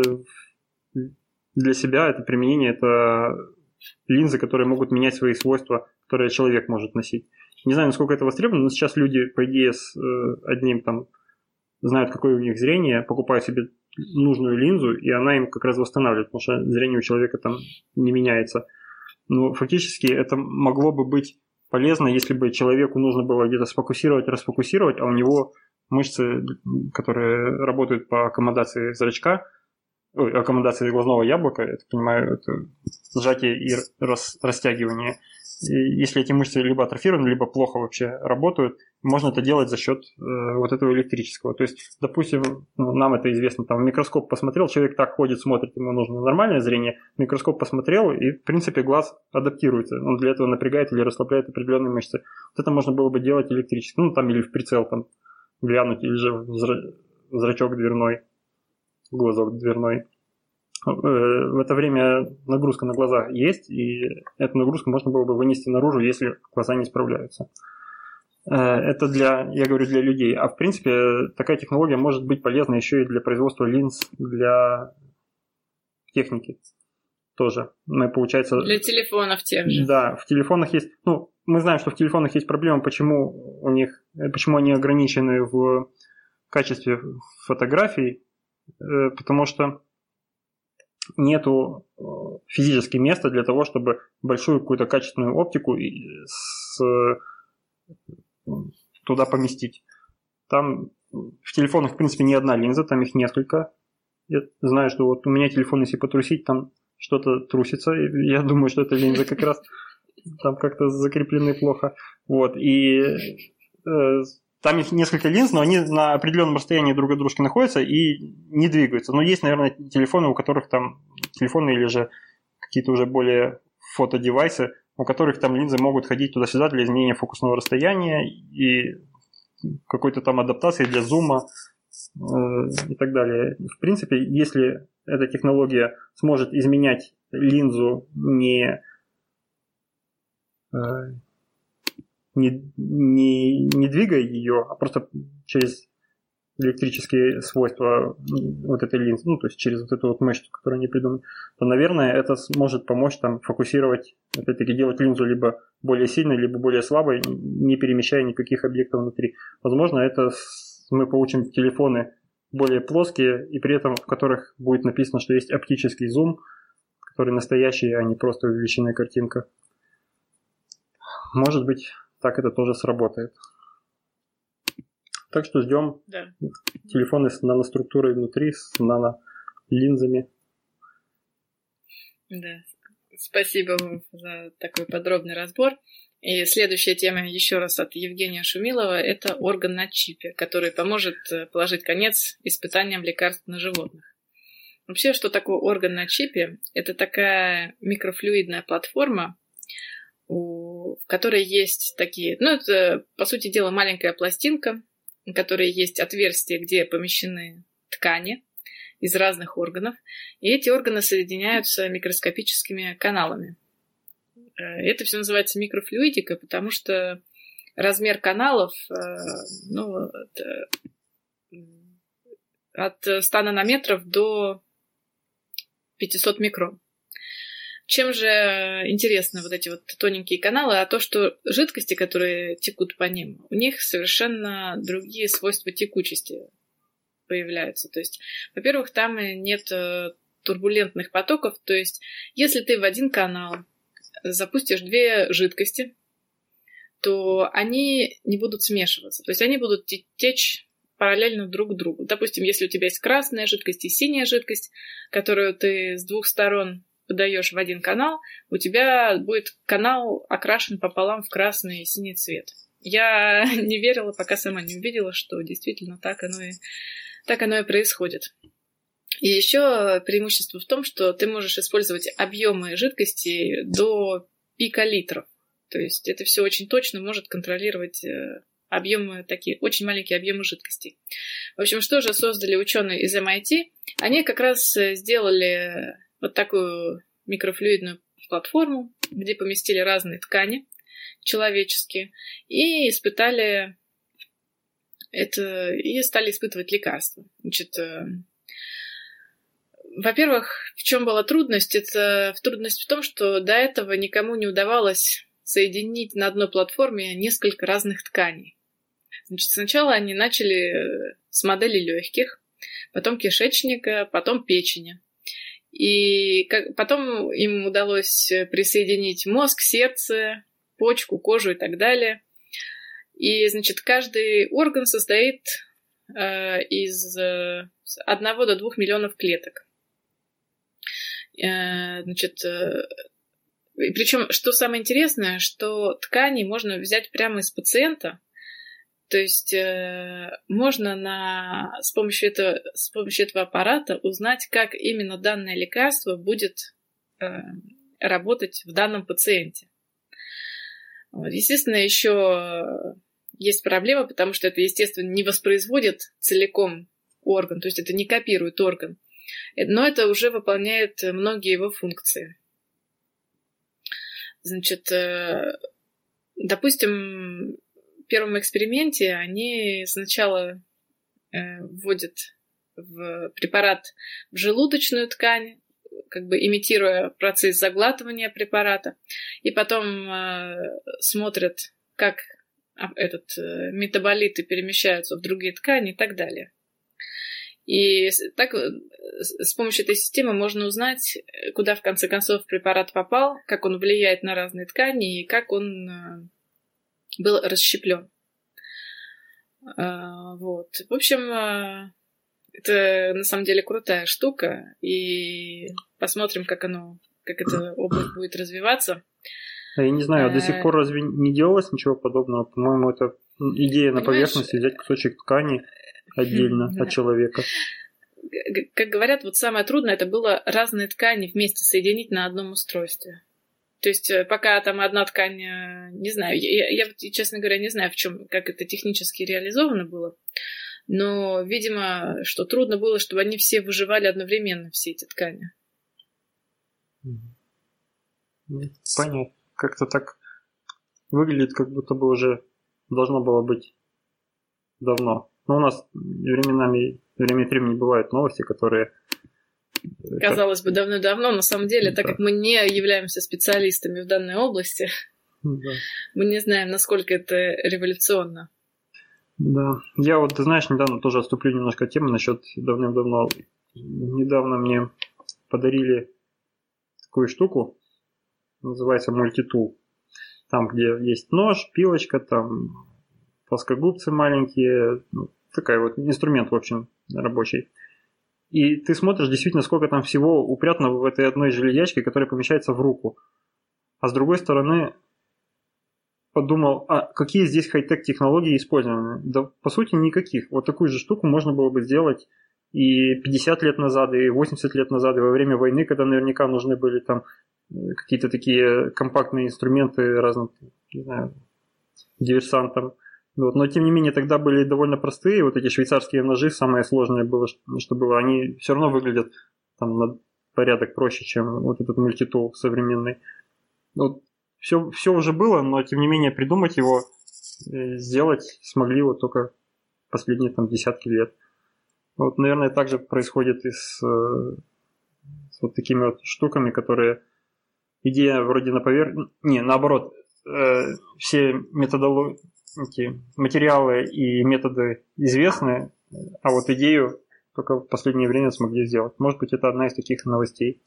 для себя это применение, это линзы, которые могут менять свои свойства, которые человек может носить. Не знаю, насколько это востребовано, но сейчас люди, по идее, с одним знают, какое у них зрение, покупают себе нужную линзу, и она им как раз восстанавливает, потому что зрение у человека не меняется. Но фактически это могло бы быть полезно, если бы человеку нужно было где-то сфокусировать, расфокусировать, а у него мышцы, которые работают по аккомодации зрачка, аккомодации глазного яблока, я так понимаю, это сжатие и растягивание. И если эти мышцы либо атрофированы, либо плохо вообще работают, можно это делать за счет вот этого электрического. То есть, допустим, нам это известно, в микроскоп посмотрел, человек так ходит, смотрит, ему нужно нормальное зрение, микроскоп посмотрел, и, в принципе, глаз адаптируется. Он для этого напрягает или расслабляет определенные мышцы. Вот это можно было бы делать электрически. Или в прицел глянуть, или же в зрачок дверной, глазок дверной. В это время нагрузка на глаза есть, и эту нагрузку можно было бы вынести наружу, если глаза не справляются. Это я говорю, для людей. А в принципе, такая технология может быть полезна еще и для производства линз для техники тоже. Получается, для телефонов тех же. Да, в телефонах есть... мы знаем, что в телефонах есть проблема, почему они ограничены в качестве фотографий, потому что нету физически места для того, чтобы большую какую-то качественную оптику туда поместить. Там в телефонах, в принципе, не одна линза, там их несколько. Я знаю, что вот у меня телефон, если потрусить, там что-то трусится. Я думаю, что это линза как раз там как-то закреплены плохо. Вот. И там их несколько линз, но они на определенном расстоянии друг от дружки находятся и не двигаются. Но есть, наверное, телефоны, у которых телефоны или же какие-то уже более фотодевайсы, у которых линзы могут ходить туда-сюда для изменения фокусного расстояния и какой-то адаптации для зума и так далее. В принципе, если эта технология сможет изменять линзу не двигая ее, а просто через электрические свойства вот этой линзы, то есть через вот эту вот мышцу, которую они придумали, то, наверное, это сможет помочь фокусировать, опять-таки, делать линзу либо более сильной, либо более слабой, не перемещая никаких объектов внутри. Возможно, мы получим телефоны более плоские, и при этом в которых будет написано, что есть оптический зум, который настоящий, а не просто увеличенная картинка. Может быть, так это тоже сработает. Так что ждем телефоны с наноструктурой внутри, с нанолинзами. Да, спасибо вам за такой подробный разбор. И следующая тема еще раз от Евгения Шумилова – это орган на чипе, который поможет положить конец испытаниям лекарств на животных. Вообще, что такое орган на чипе? Это такая микрофлюидная платформа, в которой есть такие... это, по сути дела, маленькая пластинка, в которой есть отверстия, где помещены ткани из разных органов, и эти органы соединяются микроскопическими каналами. Это все называется микрофлюидика, потому что размер каналов от 100 нанометров до 500 микрон. Чем же интересны вот эти вот тоненькие каналы? А то, что жидкости, которые текут по ним, у них совершенно другие свойства текучести появляются. То есть, во-первых, там нет турбулентных потоков. То есть, если ты в один канал запустишь две жидкости, то они не будут смешиваться. То есть, они будут течь параллельно друг другу. Допустим, если у тебя есть красная жидкость и синяя жидкость, которую ты с двух сторон подаешь в один канал, у тебя будет канал окрашен пополам в красный и синий цвет. Я не верила, пока сама не увидела, что действительно так оно и происходит. И еще преимущество в том, что ты можешь использовать объемы жидкости до пика литров. То есть это все очень точно может контролировать объемы, такие очень маленькие объемы жидкостей. В общем, что же создали ученые из MIT? Они как раз сделали вот такую микрофлюидную платформу, где поместили разные ткани человеческие и испытали это, и стали испытывать лекарства. Значит, во-первых, в чем была трудность? Трудность в том, что до этого никому не удавалось соединить на одной платформе несколько разных тканей. Значит, сначала они начали с модели легких, потом кишечника, потом печени. И потом им удалось присоединить мозг, сердце, почку, кожу и так далее. И, значит, каждый орган состоит из 1 до 2 миллионов клеток. Значит, причем, что самое интересное, что ткани можно взять прямо из пациента. То есть можно с помощью этого аппарата узнать, как именно данное лекарство будет работать в данном пациенте. Вот. Естественно, еще есть проблема, потому что это, естественно, не воспроизводит целиком орган, то есть это не копирует орган, но это уже выполняет многие его функции. Значит, допустим, в первом эксперименте они сначала вводят в препарат в желудочную ткань, как бы имитируя процесс заглатывания препарата, и потом смотрят, как метаболиты перемещаются в другие ткани и так далее. И так с помощью этой системы можно узнать, куда в конце концов препарат попал, как он влияет на разные ткани и как он был расщеплен. Вот. В общем, это на самом деле крутая штука, и посмотрим, как эта область будет развиваться. Я не знаю, до сих пор разве не делалось ничего подобного? По-моему, это идея на поверхности взять кусочек ткани отдельно от человека. Как говорят, вот самое трудное это было разные ткани вместе соединить на одном устройстве. То есть пока там одна ткань, не знаю, я честно говоря, не знаю, как это технически реализовано было, но, видимо, что трудно было, чтобы они все выживали одновременно, все эти ткани. Понятно. Как-то так выглядит, как будто бы уже должно было быть давно. Но у нас время от времени бывают новости, которые... Казалось бы, давно-давно. На самом деле, так как мы не являемся специалистами в данной области, мы не знаем, насколько это революционно. Да. Я вот, ты знаешь, недавно тоже отступлю немножко от темы насчет давным-давно. Недавно мне подарили такую штуку, называется мультитул. Там, где есть нож, пилочка, там плоскогубцы маленькие, такой вот инструмент, в общем, рабочий. И ты смотришь действительно, сколько там всего упрятано в этой одной железячке, которая помещается в руку. А с другой стороны, подумал, а какие здесь хай-тек технологии использованы? Да, по сути, никаких. Вот такую же штуку можно было бы сделать и 50 лет назад, и 80 лет назад, и во время войны, когда наверняка нужны были там какие-то такие компактные инструменты разным, не знаю, диверсантам. Вот. Но, тем не менее, тогда были довольно простые. Вот эти швейцарские ножи, самое сложное было, что было, они все равно выглядят там на порядок проще, чем вот этот мультитул современный. Вот. Все уже было, но, тем не менее, придумать его, сделать смогли вот только последние там десятки лет. Вот, наверное, так же происходит и с вот такими вот штуками, которые идея вроде на поверхности... Не, наоборот, все материалы и методы известны, а вот идею только в последнее время смогли сделать. Может быть, это одна из таких новостей.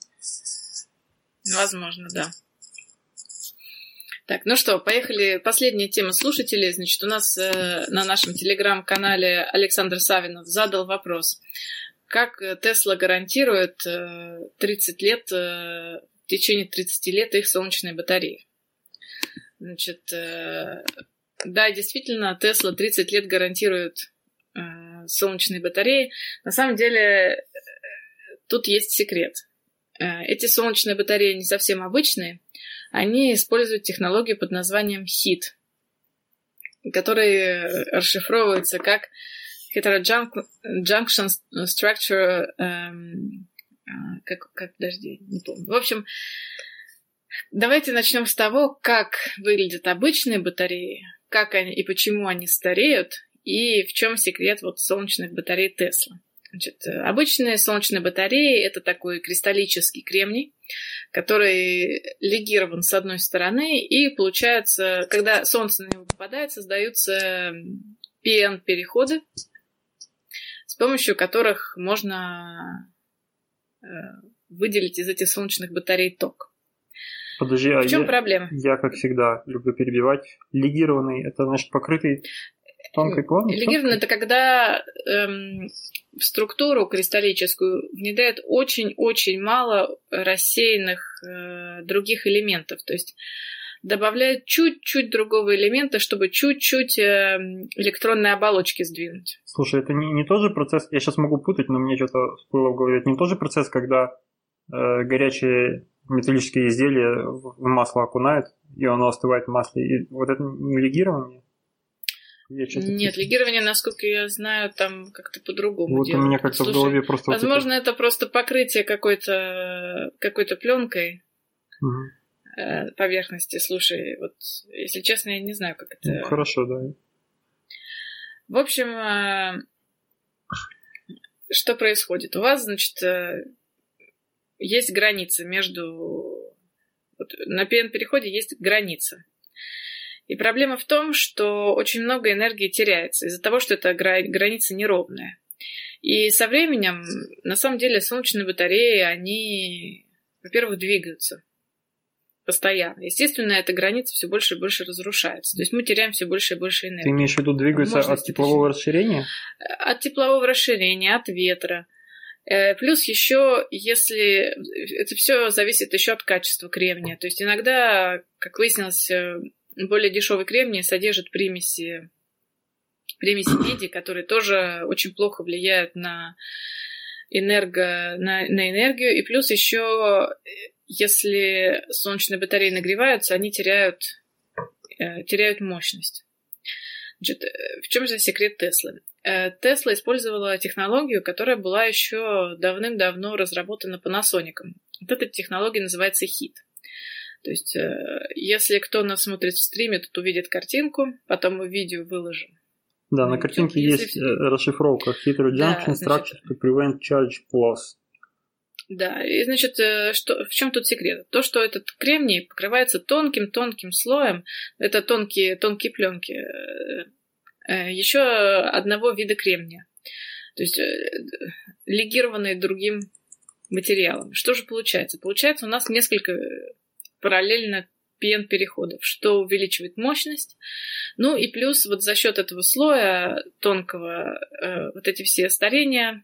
Возможно, да. Так, ну что, поехали. Последняя тема слушателей. Значит, у нас на нашем телеграм-канале Александр Савинов задал вопрос. Как Tesla гарантирует 30 лет, в течение 30 лет их солнечные батареи? Значит, да, действительно, Tesla 30 лет гарантирует солнечные батареи. На самом деле, тут есть секрет. Эти солнечные батареи не совсем обычные. они используют технологию под названием HEAT, который расшифровывается как Heterojunction Structure, подожди, не помню. В общем, давайте начнем с того, как выглядят обычные батареи, как они и почему они стареют, и в чем секрет вот солнечных батарей Тесла. Значит, обычные солнечные батареи – это такой кристаллический кремний, который легирован с одной стороны, и получается, когда солнце на него попадает, создаются PN-переходы, с помощью которых можно выделить из этих солнечных батарей ток. Подожди, в чем проблема? Я, как всегда, люблю перебивать. Легированный – это, значит, покрытый тонкой планкой? Легированный – это когда в структуру кристаллическую внедряют очень-очень мало рассеянных других элементов. То есть добавляют чуть-чуть другого элемента, чтобы чуть-чуть электронной оболочки сдвинуть. Слушай, это не тот же процесс, я сейчас могу путать, но мне что-то всплыло в голове, это не тот же процесс, когда горячие металлические изделия в масло окунают, и оно остывает в масле. И вот это не легирование? Нет, легирование, насколько я знаю, там как-то по-другому вот делают. У меня как-то в голове просто... Возможно, это просто покрытие какой-то пленкой поверхности. Слушай, вот, если честно, я не знаю, как это... Ну, хорошо, да. В общем, что происходит? У вас, значит, есть граница между... Вот, на PN-переходе есть граница. И проблема в том, что очень много энергии теряется из-за того, что эта граница неровная. И со временем, на самом деле, солнечные батареи, они, во-первых, двигаются постоянно. Естественно, эта граница все больше и больше разрушается. То есть мы теряем все больше и больше энергии. Ты имеешь в виду двигаются от теплового расширения? От теплового расширения, от ветра. Плюс еще, если... Это все зависит еще от качества кремния. То есть иногда, как выяснилось, более дешевый кремний содержит примеси меди, которые тоже очень плохо влияют на энергию. И плюс еще, если солнечные батареи нагреваются, они теряют мощность. Значит, в чем же секрет Теслы? Тесла использовала технологию, которая была еще давным-давно разработана Panasonic. Вот эта технология называется HEAT. То есть, если кто нас смотрит в стриме, тот увидит картинку, потом мы видео выложим. Да, на картинке есть расшифровка Heterojunction Structure to Prevent Charge Loss. Да, и значит, в чем тут секрет? То, что этот кремний покрывается тонким слоем, это тонкие пленки, еще одного вида кремния. То есть, легированные другим материалом. Что же получается? Получается у нас несколько параллельно PN-переходов, что увеличивает мощность. Ну и плюс вот за счет этого слоя тонкого вот эти все старения,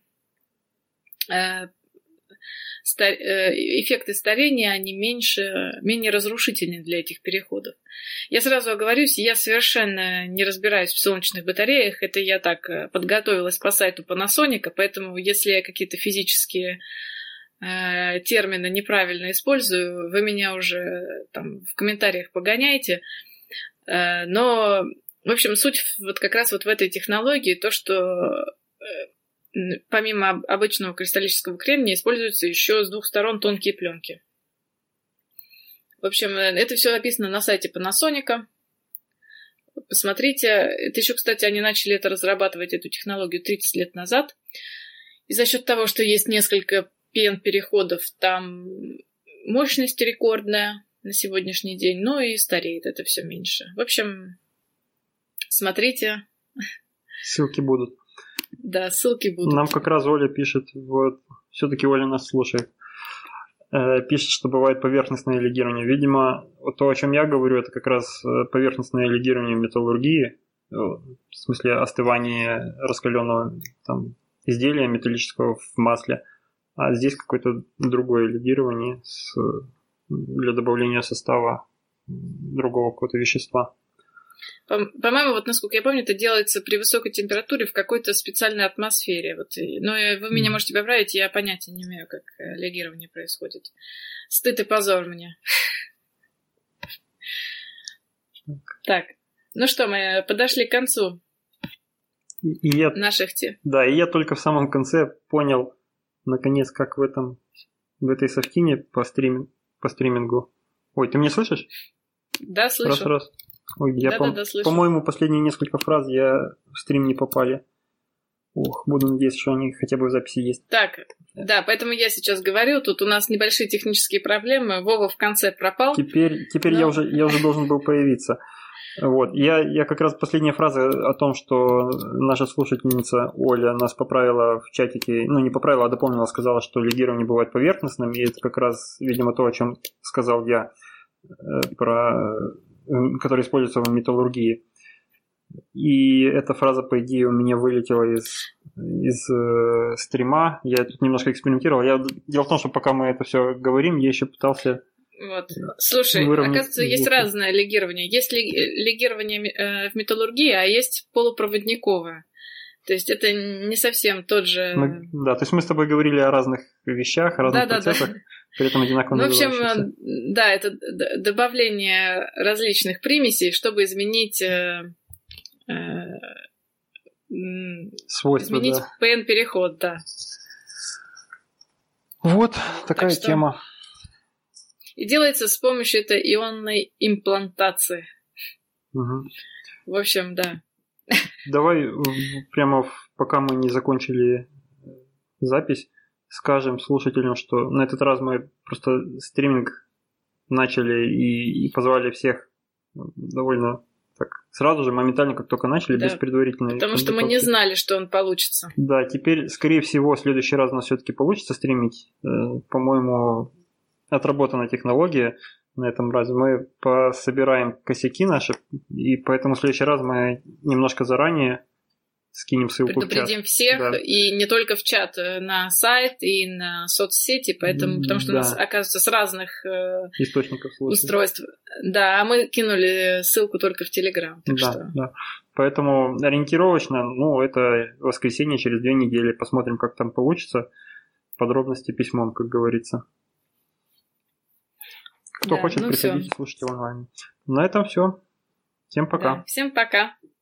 эффекты старения, они менее разрушительны для этих переходов. Я сразу оговорюсь, я совершенно не разбираюсь в солнечных батареях, это я так подготовилась по сайту Panasonic, поэтому если я какие-то физические термины неправильно использую, вы меня уже там в комментариях погоняйте. Но, в общем, суть вот как раз вот в этой технологии, то, что помимо обычного кристаллического кремния используются еще с двух сторон тонкие пленки. В общем, это все описано на сайте Panasonic. Посмотрите. Это еще, кстати, они начали разрабатывать эту технологию 30 лет назад. И за счет того, что есть несколько PN-переходов, там мощность рекордная на сегодняшний день, но и стареет это все меньше. В общем, смотрите. Ссылки будут. Да, ссылки будут. Нам как раз Оля пишет, вот, все-таки Оля нас слушает, пишет, что бывает поверхностное легирование. Видимо, вот то, о чем я говорю, это как раз поверхностное легирование в металлургии, в смысле остывание раскаленного там изделия металлического в масле. А здесь какое-то другое легирование для добавления состава другого какого-то вещества. По-моему, вот насколько я помню, это делается при высокой температуре в какой-то специальной атмосфере. Вот. Но вы меня можете поправить, я понятия не имею, как легирование происходит. Стыд и позор мне. Так, ну что, мы подошли к концу наших тем. Да, и я только в самом конце понял, наконец, как в этой софтине по стримингу. Ой, ты меня слышишь? Да, слышу. Раз. Ой, слышу. По-моему, последние несколько фраз в стрим не попали. Буду надеяться, что они хотя бы в записи есть. Так, да, поэтому я сейчас говорю, тут у нас небольшие технические проблемы. Вова в конце пропал. Теперь я уже должен был появиться. Вот. Я как раз последняя фраза о том, что наша слушательница Оля нас поправила в чатике, не поправила, а дополнила, сказала, что легирование бывает поверхностным, и это как раз, видимо, то, о чем сказал я, который используется в металлургии. И эта фраза, по идее, у меня вылетела из стрима. Я тут немножко экспериментировал. Дело в том, что пока мы это все говорим, я еще пытался... Вот. Слушай, оказывается, есть разное легирование. Есть легирование в металлургии, а есть полупроводниковое. То есть это не совсем тот же... то есть мы с тобой говорили о разных вещах, о разных процессах, при этом одинаково называющихся. В общем, да, это добавление различных примесей, чтобы изменить... свойства, изменить PN-переход, да. Вот такая тема. И делается с помощью этой ионной имплантации. Угу. В общем, да. Давай прямо пока мы не закончили запись, скажем слушателям, что на этот раз мы просто стриминг начали и позвали всех довольно так сразу же, моментально, как только начали, без предварительной... Потому что мы не знали, что он получится. Да, теперь, скорее всего, в следующий раз у нас все-таки получится стримить. По-моему, отработана технология на этом разе. Мы пособираем косяки наши, и поэтому в следующий раз мы немножко заранее скинем ссылку в чат. Предупредим всех, да. И не только в чат, на сайт и на соцсети, поэтому, потому что у нас, оказывается, с разных источников устройств. Да, а мы кинули ссылку только в Telegram. Да. Поэтому ориентировочно, это воскресенье через 2 недели. Посмотрим, как там получится. Подробности письмом, как говорится. Кто хочет, приходите, слушайте онлайн. На этом все. Всем пока. Да, всем пока.